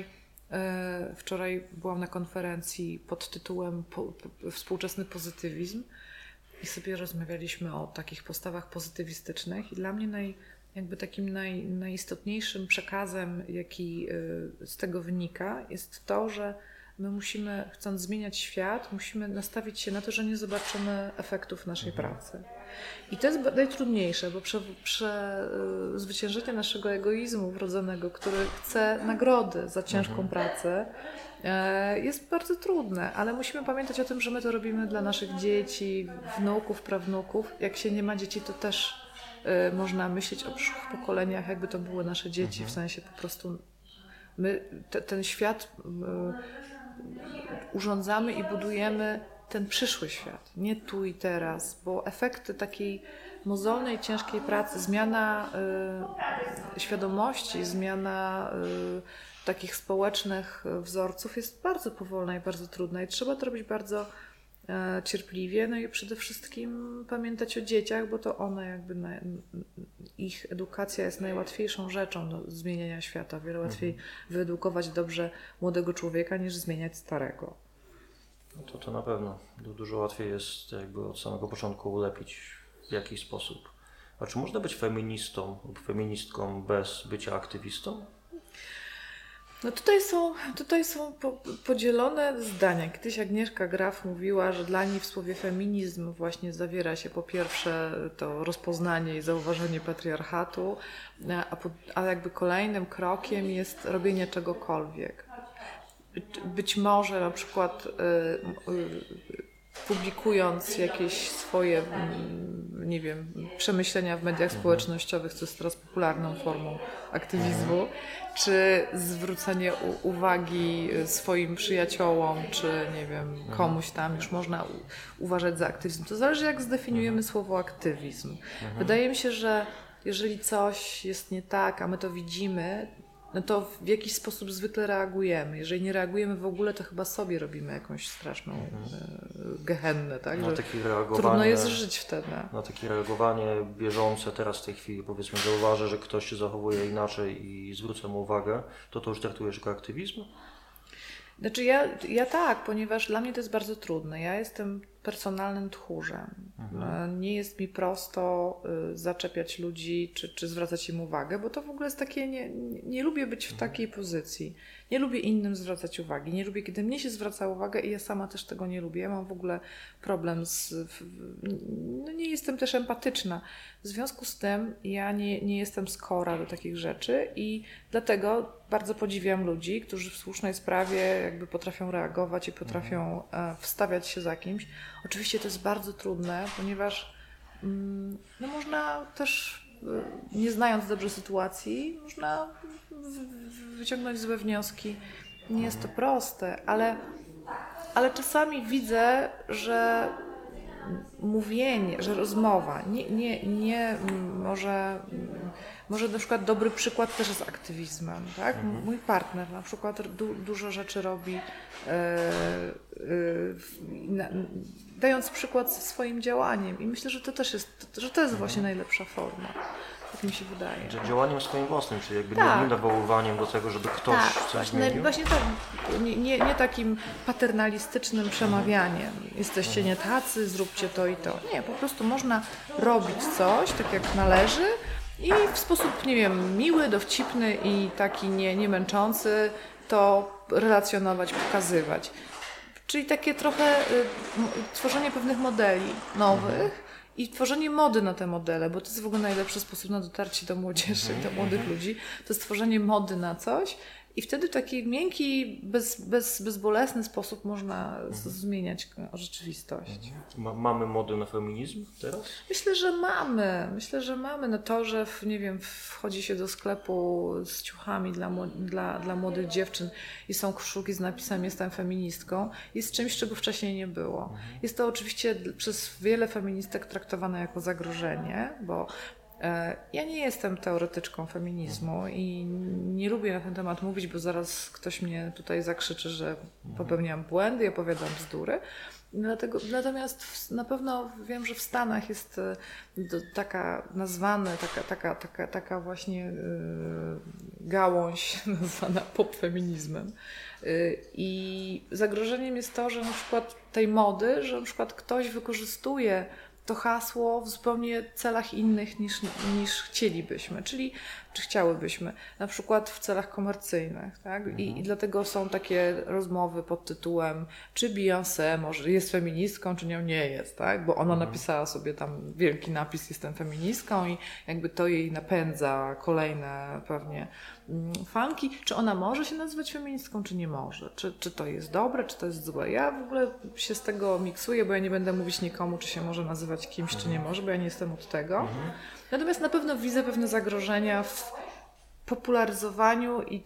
Wczoraj byłam na konferencji pod tytułem Współczesny pozytywizm i sobie rozmawialiśmy o takich postawach pozytywistycznych i dla mnie takim najistotniejszym przekazem, jaki z tego wynika, jest to, że my musimy, chcąc zmieniać świat, musimy nastawić się na to, że nie zobaczymy efektów naszej pracy. I to jest najtrudniejsze, bo zwyciężenie naszego egoizmu wrodzonego, który chce nagrody za ciężką pracę, jest bardzo trudne, ale musimy pamiętać o tym, że my to robimy dla naszych dzieci, wnuków, prawnuków. Jak się nie ma dzieci, to też można myśleć o przyszłych pokoleniach, jakby to były nasze dzieci, w sensie po prostu my ten świat urządzamy i budujemy ten przyszły świat, nie tu i teraz, bo efekty takiej mozolnej, ciężkiej pracy, zmiana świadomości, zmiana takich społecznych wzorców jest bardzo powolna i bardzo trudna i trzeba to robić bardzo cierpliwie, no i przede wszystkim pamiętać o dzieciach, bo to one jakby ich edukacja jest najłatwiejszą rzeczą do zmieniania świata. Wiele łatwiej wyedukować dobrze młodego człowieka niż zmieniać starego. No to na pewno. Dużo łatwiej jest jakby od samego początku ulepić w jakiś sposób. A czy można być feministą lub feministką bez bycia aktywistą? No tutaj są podzielone zdania. Kiedyś Agnieszka Graf mówiła, że dla niej w słowie feminizm właśnie zawiera się po pierwsze to rozpoznanie i zauważenie patriarchatu, a jakby kolejnym krokiem jest robienie czegokolwiek. Być może na przykład publikując jakieś swoje, nie wiem, przemyślenia w mediach społecznościowych, co jest teraz popularną formą aktywizmu, czy zwrócenie uwagi swoim przyjaciołom, czy nie wiem, komuś tam już można uważać za aktywizm. To zależy, jak zdefiniujemy słowo aktywizm. Wydaje mi się, że jeżeli coś jest nie tak, a my to widzimy, no to w jakiś sposób zwykle reagujemy. Jeżeli nie reagujemy w ogóle, to chyba sobie robimy jakąś straszną gehennę, tak? Na takie reagowanie, trudno jest żyć wtedy. Na takie reagowanie bieżące teraz w tej chwili, powiedzmy, zauważę, że ktoś się zachowuje inaczej i zwrócę mu uwagę, to już traktujesz jako aktywizm? Znaczy ja tak, ponieważ dla mnie to jest bardzo trudne. Ja jestem personalnym tchórzem. Nie jest mi prosto zaczepiać ludzi, czy zwracać im uwagę, bo to w ogóle jest takie, nie lubię być w takiej pozycji. Nie lubię innym zwracać uwagi. Nie lubię, kiedy mnie się zwraca uwagę i ja sama też tego nie lubię. Ja mam w ogóle problem nie jestem też empatyczna. W związku z tym ja nie jestem skora do takich rzeczy i dlatego bardzo podziwiam ludzi, którzy w słusznej sprawie jakby potrafią reagować i potrafią wstawiać się za kimś. Oczywiście to jest bardzo trudne, ponieważ no można też, nie znając dobrze sytuacji, można wyciągnąć złe wnioski. Nie jest to proste, ale czasami widzę, że mówienie, że rozmowa, może na przykład dobry przykład też jest aktywizmem, tak? Mój partner na przykład dużo rzeczy robi, dając przykład swoim działaniem i myślę, że to też jest, że to jest właśnie najlepsza forma. Tak mi się wydaje. Działaniem swoim własnym, czyli jakby tak. nie nawoływaniem do tego, żeby ktoś coś zmienił? Właśnie tak. Nie takim paternalistycznym przemawianiem. Jesteście nie tacy, zróbcie to i to. Nie, po prostu można robić coś tak jak należy i w sposób, nie wiem, miły, dowcipny i taki nie męczący to relacjonować, pokazywać. Czyli takie trochę tworzenie pewnych modeli nowych, i tworzenie mody na te modele, bo to jest w ogóle najlepszy sposób na dotarcie do młodzieży, do młodych ludzi, to jest tworzenie mody na coś i wtedy w taki miękki, bezbolesny sposób można zmieniać rzeczywistość. Mamy mody na feminizm teraz? Myślę, że mamy na to, że nie wiem, wchodzi się do sklepu z ciuchami dla młodych dziewczyn i są koszulki z napisem "Jestem feministką", jest czymś, czego wcześniej nie było. Jest to oczywiście przez wiele feministek traktowane jako zagrożenie, bo ja nie jestem teoretyczką feminizmu i nie lubię na ten temat mówić, bo zaraz ktoś mnie tutaj zakrzyczy, że popełniam błędy i opowiadam bzdury. Natomiast na pewno wiem, że w Stanach jest taka taka właśnie gałąź nazwana popfeminizmem. I zagrożeniem jest to, że na przykład tej mody, że na przykład ktoś wykorzystuje to hasło w zupełnie celach innych niż chcielibyśmy, czy chciałybyśmy, na przykład w celach komercyjnych, tak? I dlatego są takie rozmowy pod tytułem, czy Beyoncé może jest feministką, czy nią nie jest, tak? Bo ona napisała sobie tam wielki napis "Jestem feministką" i jakby to jej napędza kolejne pewnie fanki. Czy ona może się nazywać feministką, czy nie może? Czy to jest dobre, czy to jest złe? Ja w ogóle się z tego miksuję, bo ja nie będę mówić nikomu, czy się może nazywać kimś, czy nie może, bo ja nie jestem od tego. Natomiast na pewno widzę pewne zagrożenia w popularyzowaniu i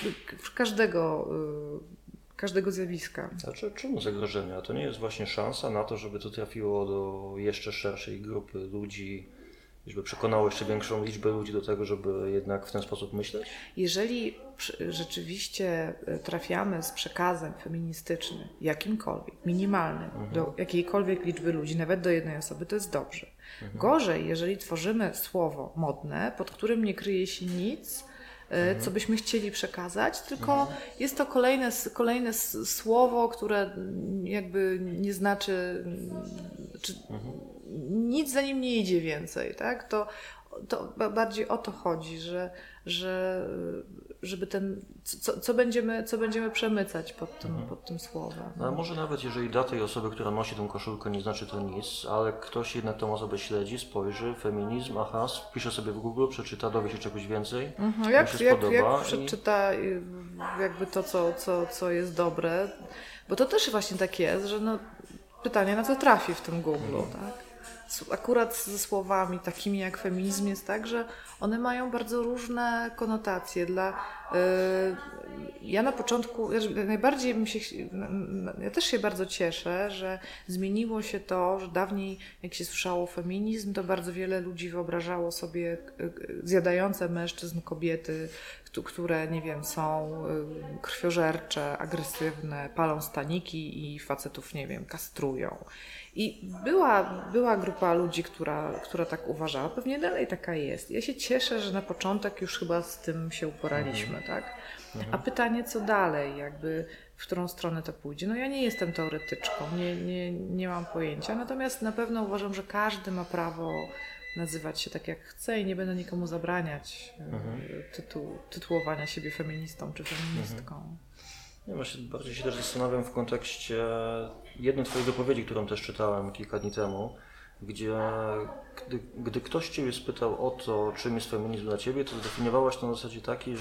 każdego zjawiska. A czemu zagrożenia? To nie jest właśnie szansa na to, żeby to trafiło do jeszcze szerszej grupy ludzi żeby przekonało jeszcze większą liczbę ludzi do tego, żeby jednak w ten sposób myśleć? Jeżeli rzeczywiście trafiamy z przekazem feministycznym, jakimkolwiek, minimalnym, do jakiejkolwiek liczby ludzi, nawet do jednej osoby, to jest dobrze. Gorzej, jeżeli tworzymy słowo modne, pod którym nie kryje się nic, co byśmy chcieli przekazać, tylko jest to kolejne słowo, które jakby nie znaczy, nic za nim nie idzie więcej, tak? To bardziej o to chodzi, żeby co będziemy przemycać pod tym słowem. No, a może nawet jeżeli dla tej osoby, która nosi tą koszulkę, nie znaczy to nic, ale ktoś jednak tą osobę śledzi, spojrzy, feminizm, aha, wpisze sobie w Google, przeczyta, dowie się czegoś więcej, Jak przeczyta jakby to, co jest dobre, bo to też właśnie tak jest, że pytanie, na co trafi w tym Google, tak? Akurat ze słowami takimi jak feminizm jest tak, że one mają bardzo różne konotacje. Ja na początku, najbardziej ja też się bardzo cieszę, że zmieniło się to, że dawniej jak się słyszało feminizm, to bardzo wiele ludzi wyobrażało sobie zjadające mężczyzn kobiety, które, nie wiem, są krwiożercze, agresywne, palą staniki i facetów, nie wiem, kastrują. I była grupa ludzi, która tak uważała. Pewnie dalej taka jest. Ja się cieszę, że na początek już chyba z tym się uporaliśmy, tak? A pytanie, co dalej? Jakby w którą stronę to pójdzie? Ja nie jestem teoretyczką, nie mam pojęcia. Natomiast na pewno uważam, że każdy ma prawo nazywać się tak, jak chce i nie będę nikomu zabraniać tytułowania siebie feministą czy feministką. Ja właśnie bardziej się też zastanawiam w kontekście jednej Twojej wypowiedzi, którą też czytałem kilka dni temu, gdzie gdy ktoś Ciebie spytał o to, czym jest feminizm dla Ciebie, to zdefiniowałaś to na zasadzie takiej,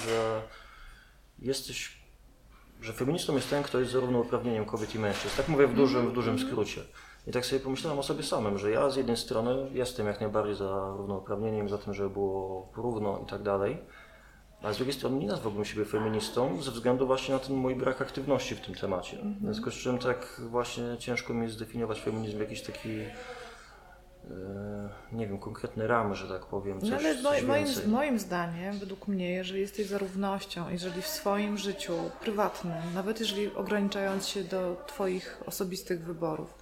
że feministą jest ten, kto jest za równouprawnieniem kobiet i mężczyzn. Tak mówię w dużym skrócie. I tak sobie pomyślałem o sobie samym, że ja z jednej strony jestem jak najbardziej za równouprawnieniem, za tym, żeby było równo i tak dalej, a z drugiej strony nie nazwałbym siebie feministą ze względu właśnie na ten mój brak aktywności w tym temacie. W związku z czym tak właśnie ciężko mi jest zdefiniować feminizm w jakiś taki, nie wiem, konkretny ram, że tak powiem, coś, ale moim zdaniem, według mnie, jeżeli jesteś za równością, jeżeli w swoim życiu prywatnym, nawet jeżeli ograniczając się do Twoich osobistych wyborów,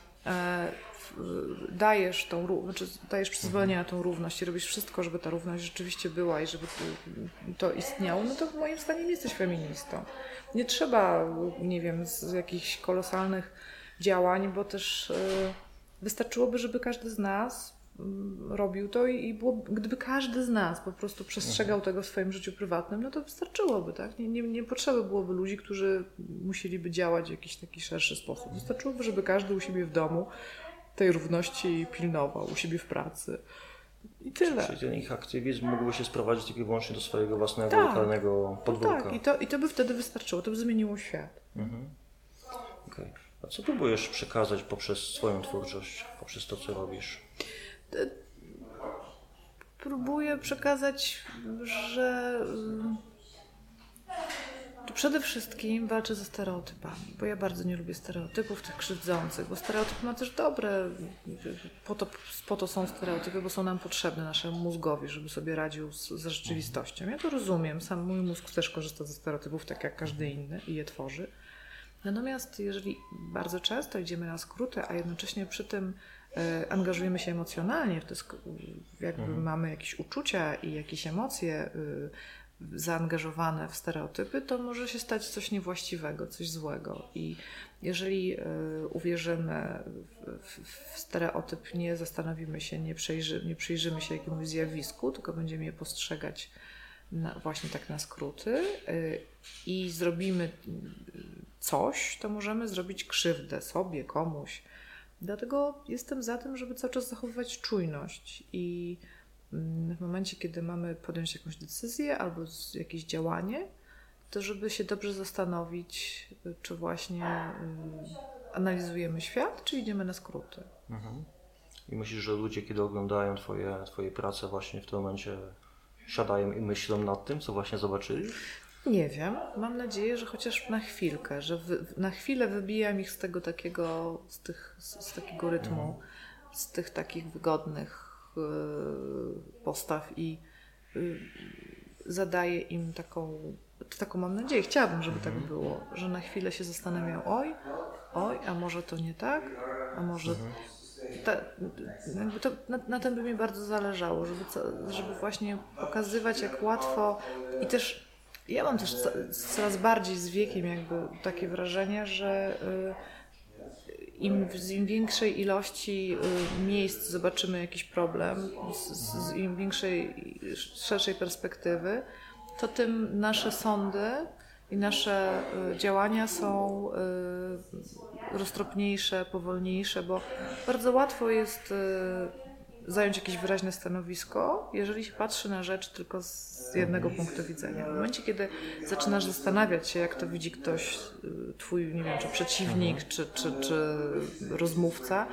dajesz przyzwolenie na tą równość i robisz wszystko, żeby ta równość rzeczywiście była i żeby to istniało, to moim zdaniem jesteś feministą. Nie trzeba, nie wiem, z jakichś kolosalnych działań, bo też wystarczyłoby, żeby każdy z nas robił to i gdyby każdy z nas po prostu przestrzegał tego w swoim życiu prywatnym, to wystarczyłoby, tak? Nie potrzeba byłoby ludzi, którzy musieliby działać w jakiś taki szerszy sposób. Wystarczyłoby, żeby każdy u siebie w domu tej równości pilnował, u siebie w pracy. I tyle. Czyli ten ich aktywizm mógłby się sprowadzić tylko i wyłącznie do swojego własnego lokalnego podwórka. Tak, i to by wtedy wystarczyło, to by zmieniło świat. Okay. A co próbujesz przekazać poprzez swoją twórczość, poprzez to, co robisz? Próbuję przekazać, że przede wszystkim walczę ze stereotypami, bo ja bardzo nie lubię stereotypów tych krzywdzących, bo stereotyp ma też dobre, po to są stereotypy, bo są nam potrzebne naszemu mózgowi, żeby sobie radził ze rzeczywistością. Ja to rozumiem, sam mój mózg też korzysta ze stereotypów, tak jak każdy inny i je tworzy. Natomiast jeżeli bardzo często idziemy na skróty, a jednocześnie przy tym angażujemy się emocjonalnie, jakby mamy jakieś uczucia i jakieś emocje zaangażowane w stereotypy, to może się stać coś niewłaściwego, coś złego. I jeżeli uwierzymy w stereotyp, nie zastanowimy się, nie przyjrzymy się jakiemuś zjawisku, tylko będziemy je postrzegać właśnie tak na skróty i zrobimy coś, to możemy zrobić krzywdę sobie, komuś. Dlatego jestem za tym, żeby cały czas zachowywać czujność i w momencie, kiedy mamy podjąć jakąś decyzję albo jakieś działanie, to żeby się dobrze zastanowić, czy właśnie analizujemy świat, czy idziemy na skróty. I myślisz, że ludzie, kiedy oglądają twoje prace, właśnie w tym momencie siadają i myślą nad tym, co właśnie zobaczyli? Nie wiem. Mam nadzieję, że chociaż na chwilkę, że na chwilę wybijam ich z tego takiego, z takiego rytmu, z tych takich wygodnych postaw i zadaje im taką mam nadzieję, chciałabym, żeby tak było, że na chwilę się zastanawiają, oj, a może to nie tak, a może na tym by mi bardzo zależało, żeby właśnie pokazywać, jak łatwo i też ja mam też coraz bardziej z wiekiem jakby takie wrażenie, że im większej ilości miejsc zobaczymy jakiś problem, im większej, szerszej perspektywy, to tym nasze sądy i nasze działania są roztropniejsze, powolniejsze, bo bardzo łatwo jest zająć jakieś wyraźne stanowisko, jeżeli się patrzy na rzecz tylko z jednego punktu widzenia. W momencie, kiedy zaczynasz zastanawiać się, jak to widzi ktoś, twój, nie wiem, czy przeciwnik, czy rozmówca,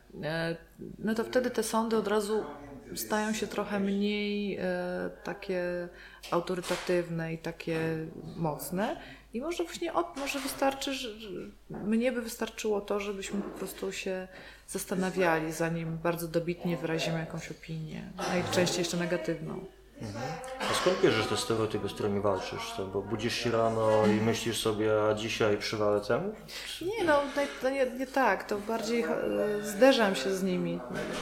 no to wtedy te sądy od razu stają się trochę mniej takie autorytatywne i takie mocne. I może właśnie może wystarczy, że mnie by wystarczyło to, żebyśmy po prostu się zastanawiali, zanim bardzo dobitnie wyrazimy jakąś opinię, najczęściej jeszcze negatywną. A skąd bierzesz te stereotypy, z którymi walczysz? Bo budzisz się rano i myślisz sobie, a dzisiaj przywalę temu? Nie, no nie tak, to bardziej zderzam się z nimi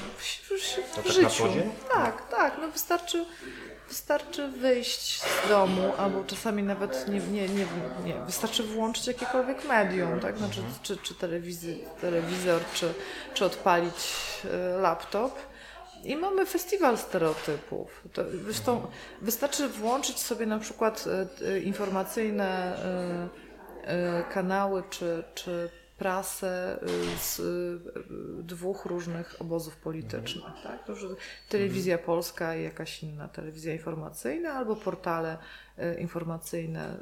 w życiu. Tak na co dzień? Tak, no wystarczy wyjść z domu, albo czasami nawet nie, wystarczy włączyć jakiekolwiek medium, tak? Znaczy, czy telewizor, czy odpalić laptop. I mamy festiwal stereotypów. Zresztą wystarczy włączyć sobie na przykład informacyjne kanały czy prasę z dwóch różnych obozów politycznych. Tak? To, że telewizja polska i jakaś inna telewizja informacyjna albo portale informacyjne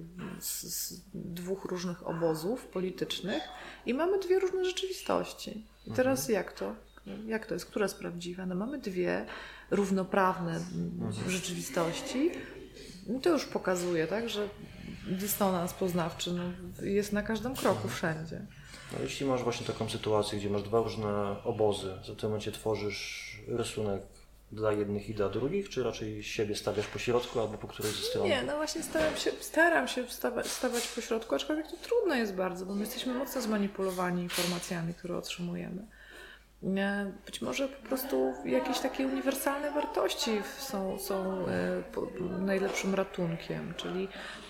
z dwóch różnych obozów politycznych i mamy dwie różne rzeczywistości. I teraz jak to? Jak to jest? Która jest prawdziwa? No mamy dwie równoprawne rzeczywistości. I to już pokazuje, tak, że dysonans poznawczy jest na każdym kroku, wszędzie. No, jeśli masz właśnie taką sytuację, gdzie masz dwa różne obozy, to w tym momencie tworzysz rysunek dla jednych i dla drugich, czy raczej siebie stawiasz po środku albo po którejś ze stron? Nie, no właśnie staram się stawać po środku, aczkolwiek to trudno jest bardzo, bo my jesteśmy mocno zmanipulowani informacjami, które otrzymujemy. Być może po prostu jakieś takie uniwersalne wartości są najlepszym ratunkiem, czyli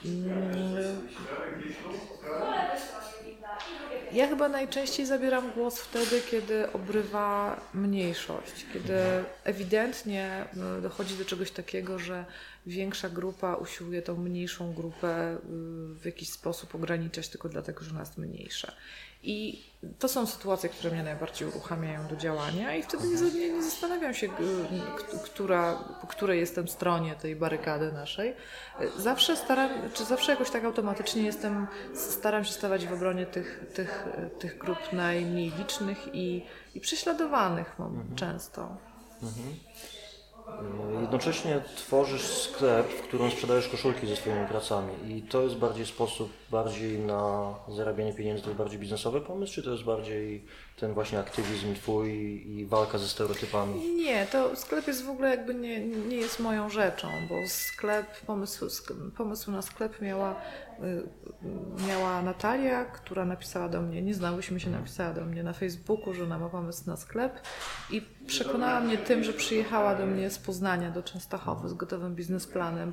ja chyba najczęściej zabieram głos wtedy, kiedy obrywa mniejszość, kiedy ewidentnie dochodzi do czegoś takiego, że większa grupa usiłuje tą mniejszą grupę w jakiś sposób ograniczać tylko dlatego, że ona jest mniejsza. I to są sytuacje, które mnie najbardziej uruchamiają do działania i wtedy nie zastanawiam się, po której jestem stronie tej barykady naszej. Zawsze jakoś tak automatycznie staram się stawać w obronie tych grup najmniej licznych i prześladowanych często. Jednocześnie tworzysz sklep, w którym sprzedajesz koszulki ze swoimi pracami i to jest sposób bardziej na zarabianie pieniędzy, to jest bardziej biznesowy pomysł, czy to jest bardziej ten właśnie aktywizm twój i walka ze stereotypami? Nie, to sklep jest w ogóle jakby nie jest moją rzeczą, bo pomysł na sklep miała Natalia, która napisała do mnie, nie znałyśmy się, napisała do mnie na Facebooku, że ona ma pomysł na sklep i przekonała mnie tym, że przyjechała do mnie z Poznania do Częstochowy z gotowym biznesplanem,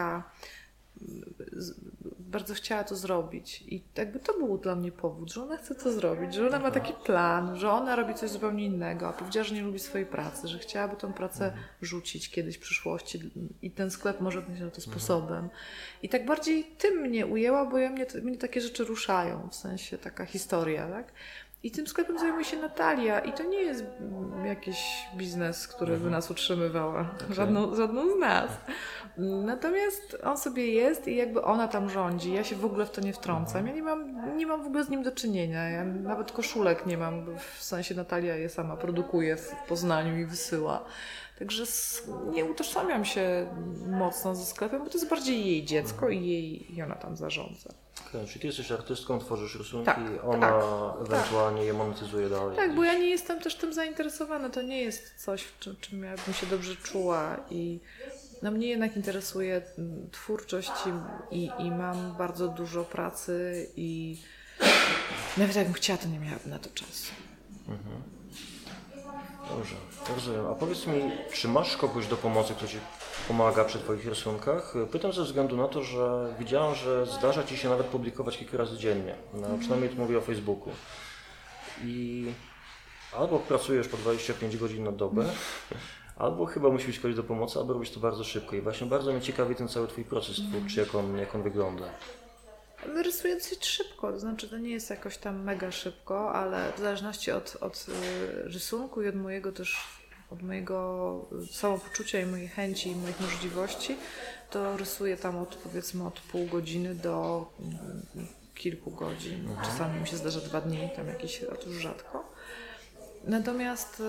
bardzo chciała to zrobić i jakby to był dla mnie powód, że ona chce to zrobić, że ona ma taki plan, że ona robi coś zupełnie innego, a powiedziała, że nie lubi swojej pracy, że chciałaby tą pracę rzucić kiedyś w przyszłości i ten sklep może być na to sposobem. I tak bardziej tym mnie ujęła, bo mnie takie rzeczy ruszają, w sensie taka historia, tak? I tym sklepem zajmuje się Natalia i to nie jest jakiś biznes, który by nas utrzymywała, żadną z nas. Natomiast on sobie jest i jakby ona tam rządzi, ja się w ogóle w to nie wtrącam, ja nie mam w ogóle z nim do czynienia, ja nawet koszulek nie mam, w sensie Natalia je sama produkuje w Poznaniu i wysyła. Także nie utożsamiam się mocno ze sklepem, bo to jest bardziej jej dziecko i ona tam zarządza. Okay, czyli ty jesteś artystką, tworzysz rysunki, Tak, ona ewentualnie je monetyzuje dalej. Tak, bo ja nie jestem też tym zainteresowana. To nie jest coś, w czym ja bym się dobrze czuła i mnie jednak interesuje twórczość i mam bardzo dużo pracy i nawet jakbym chciała, to nie miałabym na to czasu. Dobrze, rozumiem. A powiedz mi, czy masz kogoś do pomocy, kto Ci pomaga przy Twoich rysunkach? Pytam ze względu na to, że widziałem, że zdarza Ci się nawet publikować kilka razy dziennie. Przynajmniej tu mówię o Facebooku. I albo pracujesz po 25 godzin na dobę, albo chyba musi być ktoś do pomocy, albo robisz to bardzo szybko. I właśnie bardzo mnie ciekawi ten cały Twój proces twórczy, jak on wygląda. Rysuję dosyć szybko, to znaczy to nie jest jakoś tam mega szybko, ale w zależności od rysunku i od mojego samopoczucia i mojej chęci i moich możliwości, to rysuję tam powiedzmy od pół godziny do kilku godzin. Czasami mi się zdarza 2 dni, tam jakieś, otóż rzadko. Natomiast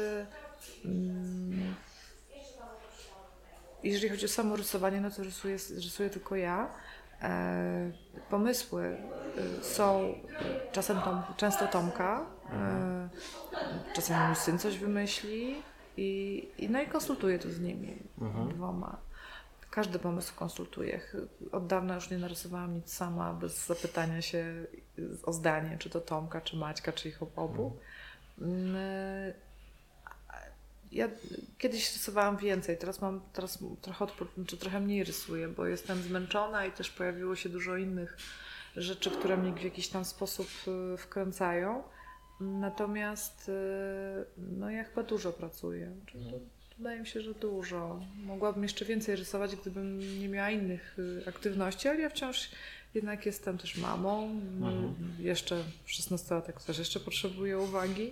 jeżeli chodzi o samo rysowanie, no to rysuję tylko ja. Pomysły są często Tomka, czasami mój syn coś wymyśli i konsultuję to z nimi dwoma. Każdy pomysł konsultuję. Od dawna już nie narysowałam nic sama, bez zapytania się o zdanie, czy to Tomka, czy Maćka, czy ich obu. Ja kiedyś rysowałam więcej, teraz trochę mniej rysuję, bo jestem zmęczona i też pojawiło się dużo innych rzeczy, które mnie w jakiś tam sposób wkręcają. Natomiast ja chyba dużo pracuję. Wydaje mi się, że dużo. Mogłabym jeszcze więcej rysować, gdybym nie miała innych aktywności, ale ja wciąż jednak jestem też mamą. Jeszcze 16-latek też jeszcze potrzebuje uwagi.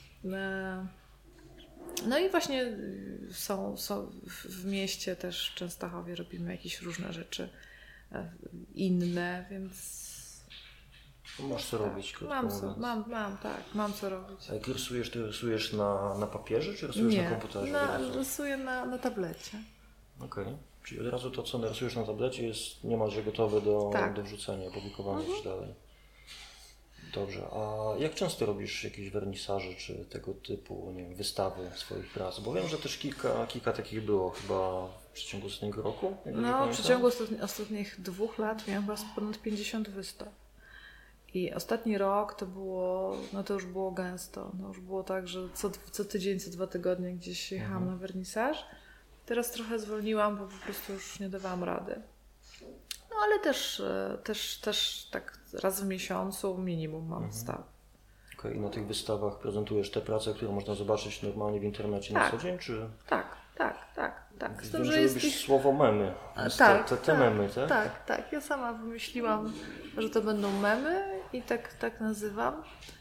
No i właśnie są w mieście też w Częstochowie robimy jakieś różne rzeczy inne, więc... Masz co robić, mam co robić. A jak rysujesz, to rysujesz na papierze, czy rysujesz na komputerze? Rysuję na tablecie. Okej. Czyli od razu to, co narysujesz na tablecie, jest niemalże gotowe do wrzucenia, publikowania już dalej. Dobrze, a jak często robisz jakieś wernisaże, czy tego typu, nie wiem, wystawy swoich prac? Bo wiem, że też kilka takich było chyba w przeciągu ostatniego roku. W przeciągu ostatnich 2 lat miałam chyba ponad 50 wystaw. I ostatni rok to było, to już było gęsto. No już było tak, że co tydzień, co 2 tygodnie gdzieś jechałam na wernisaż. Teraz trochę zwolniłam, bo po prostu już nie dawałam rady. No ale też tak raz w miesiącu minimum mam wystaw. Okej, i na tych wystawach prezentujesz te prace, które można zobaczyć normalnie w internecie na co dzień, czy? Tak. Z tym, Wiem, że lubisz słowo memy. Te memy, tak? Tak. Ja sama wymyśliłam, że to będą memy i tak nazywam.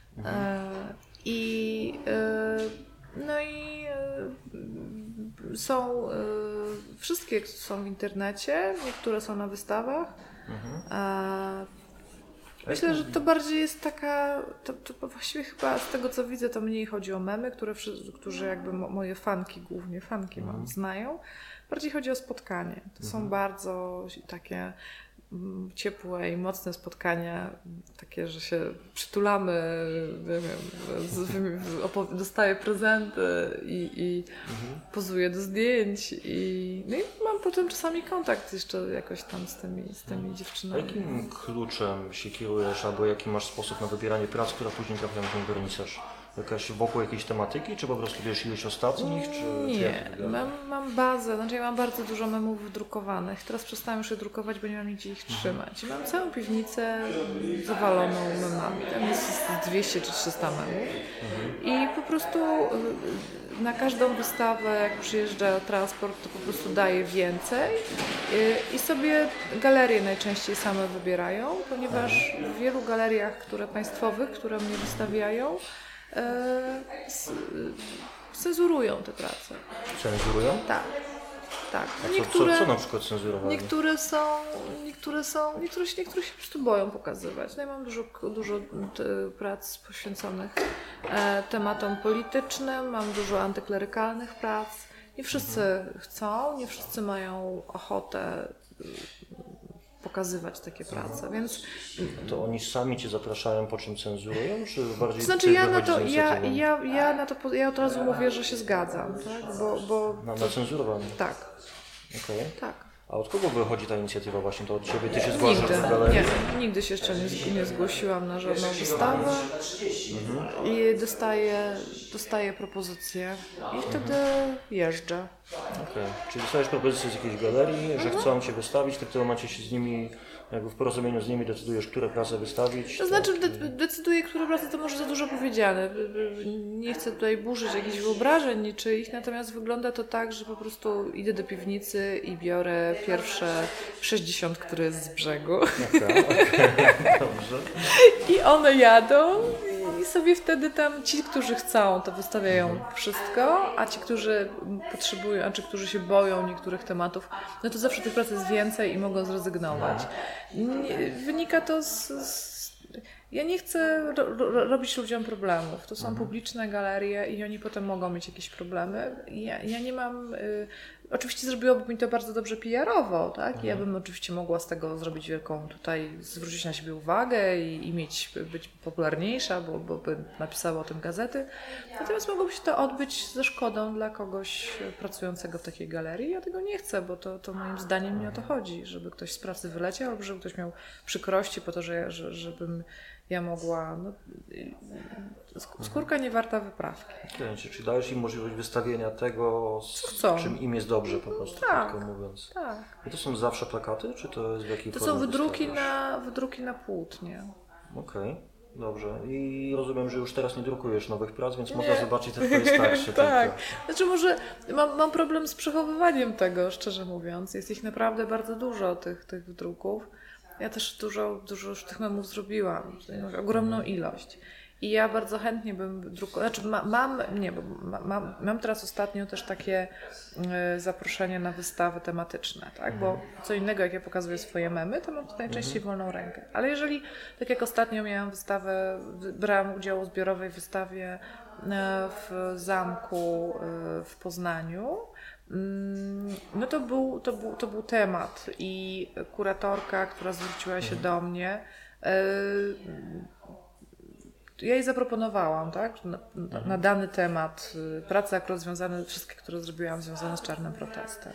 Są wszystkie są w internecie, niektóre są na wystawach. Myślę, że to bardziej jest taka, to właściwie chyba z tego co widzę, to mniej chodzi o memy, którzy jakby moje fanki, głównie fanki znają. Bardziej chodzi o spotkanie. To są bardzo takie ciepłe i mocne spotkania, takie, że się przytulamy, nie wiem, dostaję prezenty i pozuję do zdjęć i mam potem czasami kontakt jeszcze jakoś tam z tymi dziewczynami. A jakim kluczem się kierujesz, albo jaki masz sposób na wybieranie prac, która później trafiają na ten wernisaż? Wokół jakiejś tematyki, czy po prostu wiesz ileś ostatnich? Nie, mam bazę, ja mam bardzo dużo memów wydrukowanych. Teraz przestałam już je drukować, bo nie mam nigdzie ich trzymać. Mam całą piwnicę zawaloną memami. Tam jest 200 czy 300 memów. I po prostu na każdą wystawę, jak przyjeżdża transport, to po prostu daję więcej. I sobie galerie najczęściej same wybierają, ponieważ w wielu galeriach państwowych, które mnie wystawiają, cenzurują te prace. Cenzurują? Tak. A co na przykład cenzurowali? Niektóre się po prostu boją pokazywać. Ja mam dużo prac poświęconych tematom politycznym, mam dużo antyklerykalnych prac. Nie wszyscy chcą, nie wszyscy mają ochotę pokazywać takie prace, więc... To oni sami Cię zapraszają, po czym cenzurują, czy bardziej To znaczy Ty ja od razu mówię, że się zgadzam, tak? Bo na cenzurowanie? Tak. Okay. Tak. A od kogo wychodzi ta inicjatywa właśnie? To od Ciebie? Ty się zgłaszasz w galerii? Nigdy się jeszcze nie zgłosiłam na żadną wystawę i dostaję propozycje i wtedy jeżdżę. Okay. Czyli dostajesz propozycję z jakiejś galerii, że chcą Cię wystawić, ty w tym momencie się z nimi, jakby w porozumieniu z nimi decydujesz, które prace wystawić? To znaczy decyduję, które prace, to może za dużo powiedziane. Nie chcę tutaj burzyć jakichś wyobrażeń niczyich, natomiast wygląda to tak, że po prostu idę do piwnicy i biorę pierwsze 60, które jest z brzegu. Okay. Dobrze. I one jadą i sobie wtedy tam ci, którzy chcą, to wystawiają wszystko, a ci, którzy potrzebują, a ci, którzy się boją niektórych tematów, no to zawsze tych prac jest więcej i mogą zrezygnować. Wynika to ja nie chcę robić ludziom problemów. To są publiczne galerie i oni potem mogą mieć jakieś problemy. Ja nie mam... Oczywiście zrobiłoby mi to bardzo dobrze PR-owo, tak? Ja bym oczywiście mogła z tego zrobić wielką tutaj, zwrócić na siebie uwagę i być popularniejsza, bo by napisały o tym gazety. Natomiast mogłoby się to odbyć ze szkodą dla kogoś pracującego w takiej galerii. Ja tego nie chcę, bo to moim zdaniem nie o to chodzi, żeby ktoś z pracy wyleciał, albo żeby ktoś miał przykrości po to, żebym ja mogła... No, skórka nie warta wyprawki. Czyli dajesz im możliwość wystawienia tego, z czym im jest dobrze, po prostu, krótko mówiąc. Tak. I to są zawsze plakaty, czy to jest w jakiej formie? To są wydruki na płótnie. Okej, dobrze. I rozumiem, że już teraz nie drukujesz nowych prac, więc można zobaczyć te twoje starsze. Tak. Znaczy może mam problem z przechowywaniem tego, szczerze mówiąc. Jest ich naprawdę bardzo dużo, tych wydruków. Ja też dużo już tych memów zrobiłam, ogromną ilość. I ja bardzo chętnie bym drukowała, znaczy mam teraz ostatnio też takie zaproszenie na wystawy tematyczne, tak? Bo co innego, jak ja pokazuję swoje memy, to mam to najczęściej wolną rękę. Ale jeżeli, tak jak ostatnio miałam wystawę, brałam udział w zbiorowej wystawie w zamku w Poznaniu, no to był temat i kuratorka, która zwróciła się do mnie, ja jej zaproponowałam, tak, na dany temat prace akurat związane, wszystkie, które zrobiłam, związane z czarnym protestem.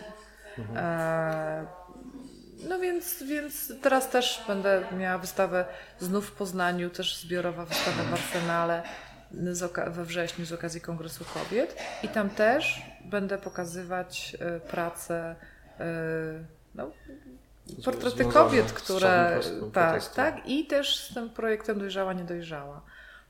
No więc teraz też będę miała wystawę znów w Poznaniu, też zbiorowa wystawa w Arsenale we wrześniu z okazji Kongresu Kobiet i tam też będę pokazywać prace, portrety kobiet, które tak i też z tym projektem Dojrzała, Niedojrzała.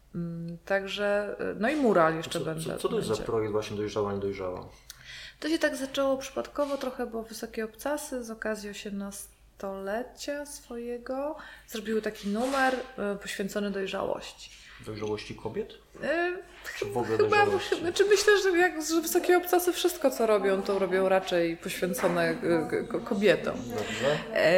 Także, no i mural jeszcze będę. Co to jest za projekt właśnie Dojrzała, Niedojrzała? To się tak zaczęło przypadkowo trochę, bo Wysokie Obcasy z okazji 18-lecia swojego zrobiły taki numer poświęcony dojrzałości. Dojrzałości kobiet? Czy w ogóle dojrzałości? Znaczy myślę, że Wysokie Obcasy wszystko, co robią, to robią raczej poświęcone kobietom. Dobrze.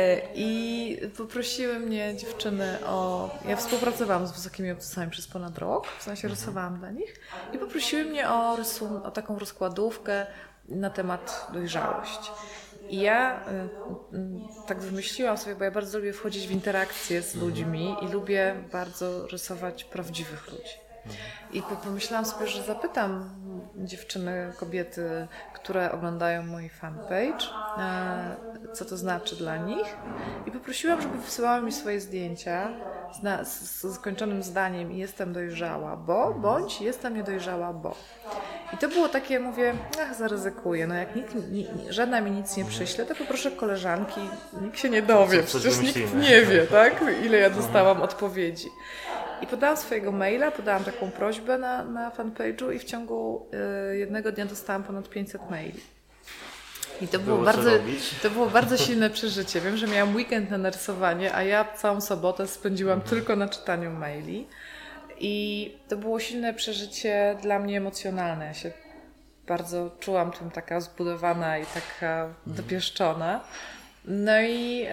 I poprosiły mnie dziewczyny ja współpracowałam z Wysokimi Obcasami przez ponad rok, w sensie rysowałam dla nich, i poprosiły mnie o taką rozkładówkę na temat dojrzałości. I ja tak wymyśliłam sobie, bo ja bardzo lubię wchodzić w interakcje z ludźmi i lubię bardzo rysować prawdziwych ludzi. I pomyślałam sobie, że zapytam dziewczyny, kobiety, które oglądają mój fanpage, co to znaczy dla nich. I poprosiłam, żeby wysyłały mi swoje zdjęcia z zakończonym zdaniem jestem dojrzała, bądź jestem niedojrzała, bo. I to było takie, mówię, zaryzykuję, no jak żadna mi nic nie przyśle, to poproszę koleżanki, nikt się nie dowie, przecież nikt nie wie, tak, ile ja dostałam odpowiedzi. I podałam swojego maila, podałam taką prośbę na fanpage'u i w ciągu jednego dnia dostałam ponad 500 maili. I to było bardzo silne przeżycie. Wiem, że miałam weekend na narysowanie, a ja całą sobotę spędziłam tylko na czytaniu maili. I to było silne przeżycie dla mnie emocjonalne. Ja się bardzo czułam tym taka zbudowana i taka dopieszczona. No i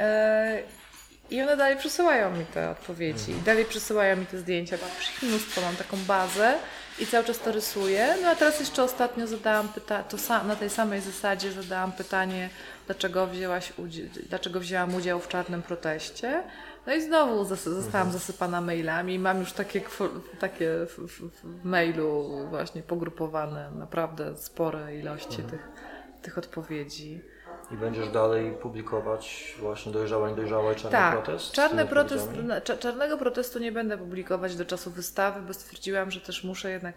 one dalej przesyłają mi te odpowiedzi. I dalej przesyłają mi te zdjęcia. Mnóstwo, mam taką bazę i cały czas to rysuję. No a teraz jeszcze ostatnio zadałam pytanie, na tej samej zasadzie zadałam pytanie dlaczego wzięłam udział w czarnym proteście. No i znowu zostałam zasypana mailami. Mam już takie w mailu właśnie pogrupowane naprawdę spore ilości tych odpowiedzi. I będziesz dalej publikować właśnie dojrzała, niedojrzała i czarny protest? Czarnego protestu nie będę publikować do czasu wystawy, bo stwierdziłam, że też muszę jednak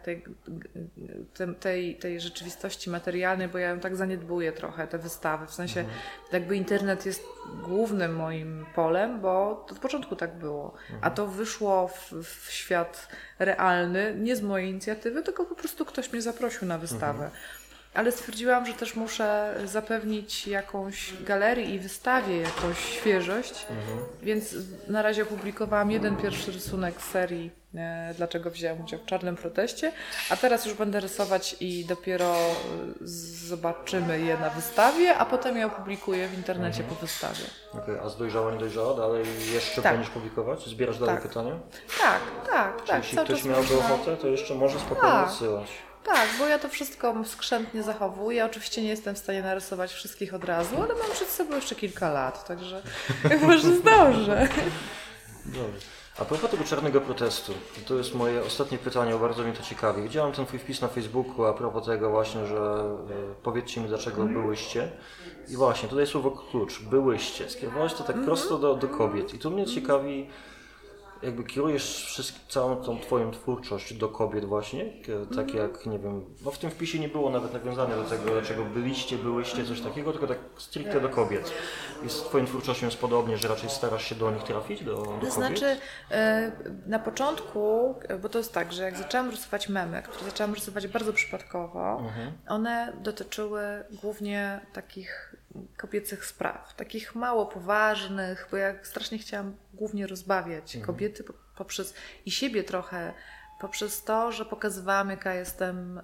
tej rzeczywistości materialnej, bo ja ją tak zaniedbuję trochę, te wystawy. W sensie jakby internet jest głównym moim polem, bo to od początku tak było. A to wyszło w świat realny, nie z mojej inicjatywy, tylko po prostu ktoś mnie zaprosił na wystawę. Ale stwierdziłam, że też muszę zapewnić jakąś galerii i wystawie jakąś świeżość, więc na razie opublikowałam jeden pierwszy rysunek z serii Dlaczego wzięłam udział w czarnym proteście, a teraz już będę rysować i dopiero zobaczymy je na wystawie, a potem je opublikuję w internecie po wystawie. Okej, a z dojrzała, niedojrzała dalej jeszcze będziesz publikować? Zbierasz dalej pytania? Tak. Jeśli ktoś miałby ochotę, to jeszcze może spokojnie odsyłać. Tak, bo ja to wszystko skrzętnie zachowuję. Oczywiście nie jestem w stanie narysować wszystkich od razu, ale mam przed sobą jeszcze kilka lat, także może zdążę. Dobrze. A propos tego czarnego protestu, to jest moje ostatnie pytanie, bo bardzo mnie to ciekawi. Widziałem ten twój wpis na Facebooku a propos tego właśnie, że powiedzcie mi, dlaczego byłyście. I właśnie, tutaj słowo klucz, byłyście. Skierowałeś to tak prosto do kobiet. I tu mnie ciekawi, jakby kierujesz całą tą twoją twórczość do kobiet właśnie, tak jak, nie wiem, no w tym wpisie nie było nawet nawiązane do tego, dlaczego byłyście, coś takiego, tylko tak stricte do kobiet. I z twoją twórczością jest podobnie, że raczej starasz się do nich trafić, do kobiet? To znaczy, na początku, bo to jest tak, że jak zaczęłam rysować memy, które zaczęłam rysować bardzo przypadkowo, one dotyczyły głównie takich kobiecych spraw, takich mało poważnych, bo ja strasznie chciałam głównie rozbawiać kobiety poprzez i siebie trochę, poprzez to, że pokazywałam, jaka jestem,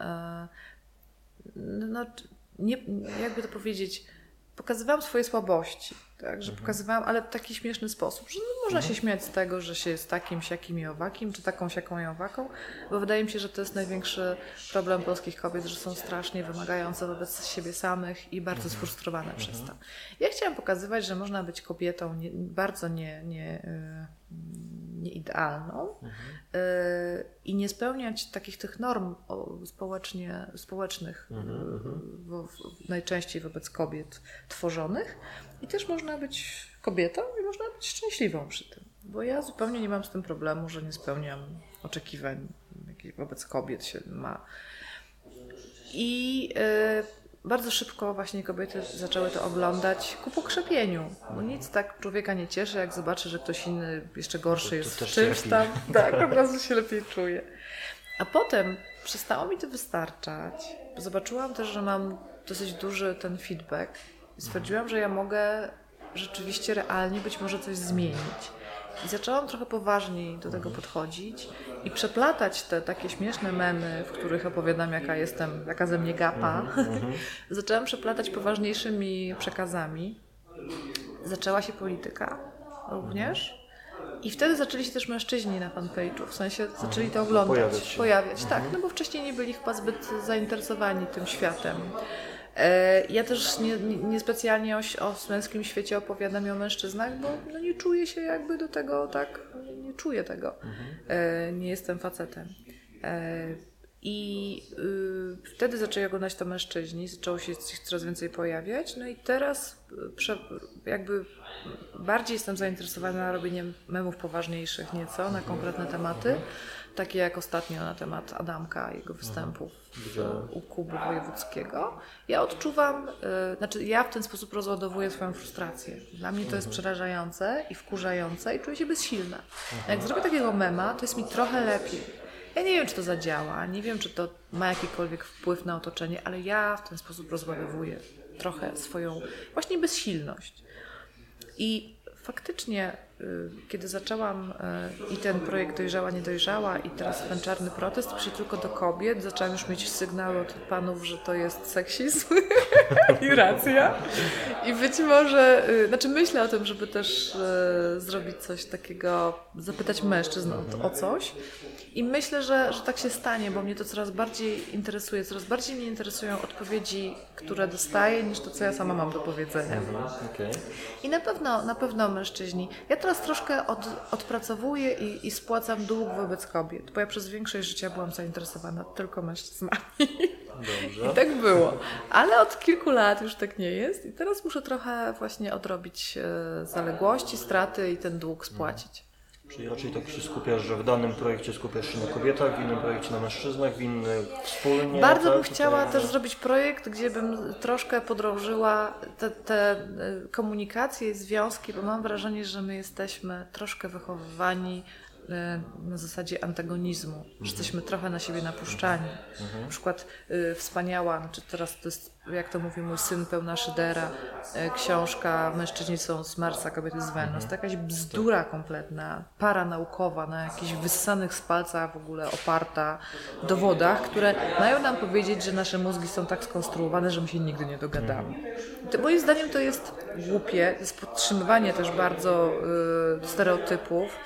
jakby to powiedzieć, pokazywałam swoje słabości, tak, że pokazywałam, ale w taki śmieszny sposób, że można się śmiać z tego, że się jest takim, siakim i owakim, czy taką, siaką i owaką, bo wydaje mi się, że to jest największy problem polskich kobiet, że są strasznie wymagające wobec siebie samych i bardzo sfrustrowane przez to. Ja chciałam pokazywać, że można być kobietą bardzo nieidealną i nie spełniać takich tych norm społecznych najczęściej wobec kobiet tworzonych i też można być kobietą i można być szczęśliwą przy tym, bo ja zupełnie nie mam z tym problemu, że nie spełniam oczekiwań, jakich wobec kobiet się ma. I bardzo szybko właśnie kobiety zaczęły to oglądać ku pokrzepieniu, bo nic tak człowieka nie cieszy, jak zobaczy, że ktoś inny jeszcze gorszy jest w czymś tam. Tak, od razu się lepiej czuje. A potem przestało mi to wystarczać, bo zobaczyłam też, że mam dosyć duży ten feedback i stwierdziłam, że ja mogę rzeczywiście realnie być może coś zmienić. I zaczęłam trochę poważniej do tego podchodzić i przeplatać te takie śmieszne memy, w których opowiadam, jaka ze mnie gapa. Zaczęłam przeplatać poważniejszymi przekazami. Zaczęła się polityka również. I wtedy zaczęli się też mężczyźni na fanpage'u, w sensie zaczęli to oglądać, pojawiać. Tak, no bo wcześniej nie byli chyba zbyt zainteresowani tym światem. Ja też niespecjalnie o męskim świecie opowiadam i o mężczyznach, bo nie czuję się jakby do tego, tak, nie czuję tego. Nie jestem facetem. I wtedy zaczęli oglądać to mężczyźni, zaczęło się coraz więcej pojawiać, no i teraz jakby bardziej jestem zainteresowana robieniem memów poważniejszych nieco, na konkretne tematy, takie jak ostatnio na temat Adamka, jego występów u Kuby Wojewódzkiego. Ja odczuwam, ja w ten sposób rozładowuję swoją frustrację. Dla mnie to jest przerażające i wkurzające i czuję się bezsilna. Jak zrobię takiego mema, to jest mi trochę lepiej. Ja nie wiem, czy to zadziała, nie wiem, czy to ma jakikolwiek wpływ na otoczenie, ale ja w ten sposób rozładowuję trochę swoją właśnie bezsilność. I faktycznie kiedy zaczęłam i ten projekt Dojrzała, nie dojrzała i teraz ten czarny protest, piszę tylko do kobiet, zaczęłam już mieć sygnały od panów, że to jest seksizm i racja. I być może, znaczy myślę o tym, żeby też zrobić coś takiego, zapytać mężczyzn o coś. I myślę, że tak się stanie, bo mnie to coraz bardziej interesuje. Coraz bardziej mnie interesują odpowiedzi, które dostaję, niż to, co ja sama mam do powiedzenia. Okay. I na pewno mężczyźni. Ja teraz troszkę odpracowuję i spłacam dług wobec kobiet, bo ja przez większość życia byłam zainteresowana tylko mężczyznami. Dobrze. I tak było. Ale od kilku lat już tak nie jest i teraz muszę trochę właśnie odrobić zaległości, straty i ten dług spłacić. Czyli raczej tak się skupiasz, że w danym projekcie skupiasz się na kobietach, w innym projekcie na mężczyznach, w innym wspólnie. Bardzo bym chciała też zrobić projekt, gdzie bym troszkę podrążyła te komunikacje i związki, bo mam wrażenie, że my jesteśmy troszkę wychowywani na zasadzie antagonizmu, że jesteśmy trochę na siebie napuszczani. Na przykład wspaniała, znaczy teraz to jest, jak to mówi mój syn, pełna szydera, książka Mężczyźni są z Marsa, kobiety z Wenus. To jakaś bzdura kompletna, paranaukowa, na jakichś wyssanych z palca w ogóle oparta dowodach, które mają nam powiedzieć, że nasze mózgi są tak skonstruowane, że my się nigdy nie dogadamy. Moim zdaniem to jest głupie, to jest podtrzymywanie też bardzo stereotypów.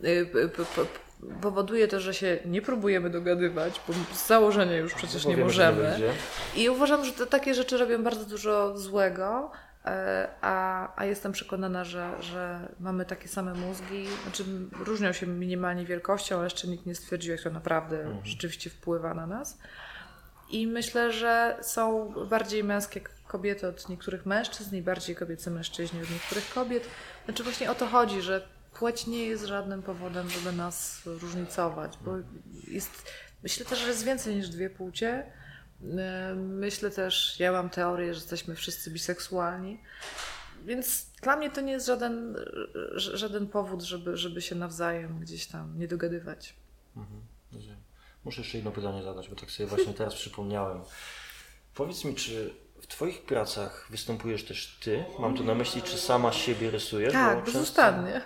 Powoduje to, że się nie próbujemy dogadywać, bo z założenia już przecież nie możemy. I uważam, że takie rzeczy robią bardzo dużo złego, a jestem przekonana, że mamy takie same mózgi, znaczy różnią się minimalnie wielkością, ale jeszcze nikt nie stwierdził, jak to naprawdę rzeczywiście wpływa na nas. I myślę, że są bardziej męskie kobiety od niektórych mężczyzn i bardziej kobiecy mężczyźni od niektórych kobiet. Znaczy właśnie o to chodzi, że płeć nie jest żadnym powodem, żeby nas różnicować, bo myślę też, że jest więcej niż dwie płcie. Myślę też, ja mam teorię, że jesteśmy wszyscy biseksualni, więc dla mnie to nie jest żaden powód, żeby się nawzajem gdzieś tam nie dogadywać. Muszę jeszcze jedno pytanie zadać, bo tak sobie właśnie teraz przypomniałem. Powiedz mi, czy w Twoich pracach występujesz też Ty? Mam tu na myśli, czy sama siebie rysujesz? Tak, bezustannie.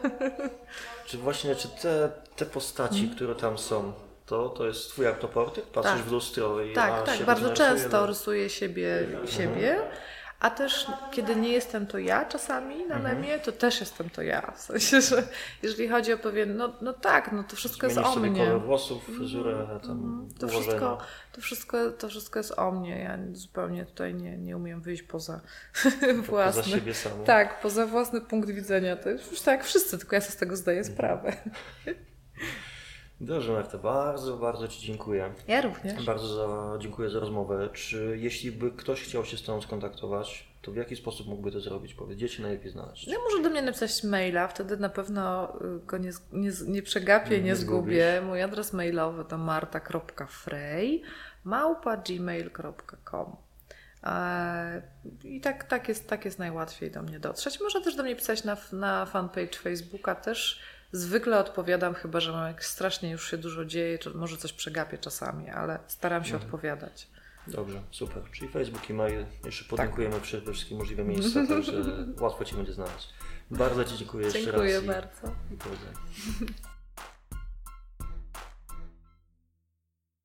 Czy te postaci, które tam są, to jest Twój autoportret? Patrzysz w lustro i tak, bardzo często rysuję siebie, a też kiedy nie jestem to ja czasami na memie, to też jestem to ja. W sensie, że jeżeli chodzi o pewien, to wszystko jest o mnie. Kolor włosów, fryzurę, To wszystko jest o mnie. Ja zupełnie tutaj nie umiem wyjść poza własny. Poza siebie samą. Tak, poza własny punkt widzenia. To już tak jak wszyscy, tylko ja sobie z tego zdaję sprawę. Dobrze, Marta, bardzo, bardzo Ci dziękuję. Ja również. Bardzo dziękuję za rozmowę. Czy jeśli by ktoś chciał się z Tobą skontaktować, to w jaki sposób mógłby to zrobić? Powiedz, gdzie Cię najlepiej znaleźć? No może do mnie napisać maila, wtedy na pewno go nie przegapię, nie zgubię. Mój adres mailowy to marta.frey@gmail.com. I tak jest najłatwiej do mnie dotrzeć. Można też do mnie pisać na fanpage Facebooka też. Zwykle odpowiadam, chyba że jak strasznie już się dużo dzieje, to może coś przegapię czasami, ale staram się odpowiadać. Dobrze, super. Czyli Facebook i mail. Jeszcze podziękujemy we wszystkie możliwe miejsca, także łatwo Cię będzie znaleźć. Bardzo Ci dziękuję jeszcze raz. Dziękuję bardzo. I powodzenia.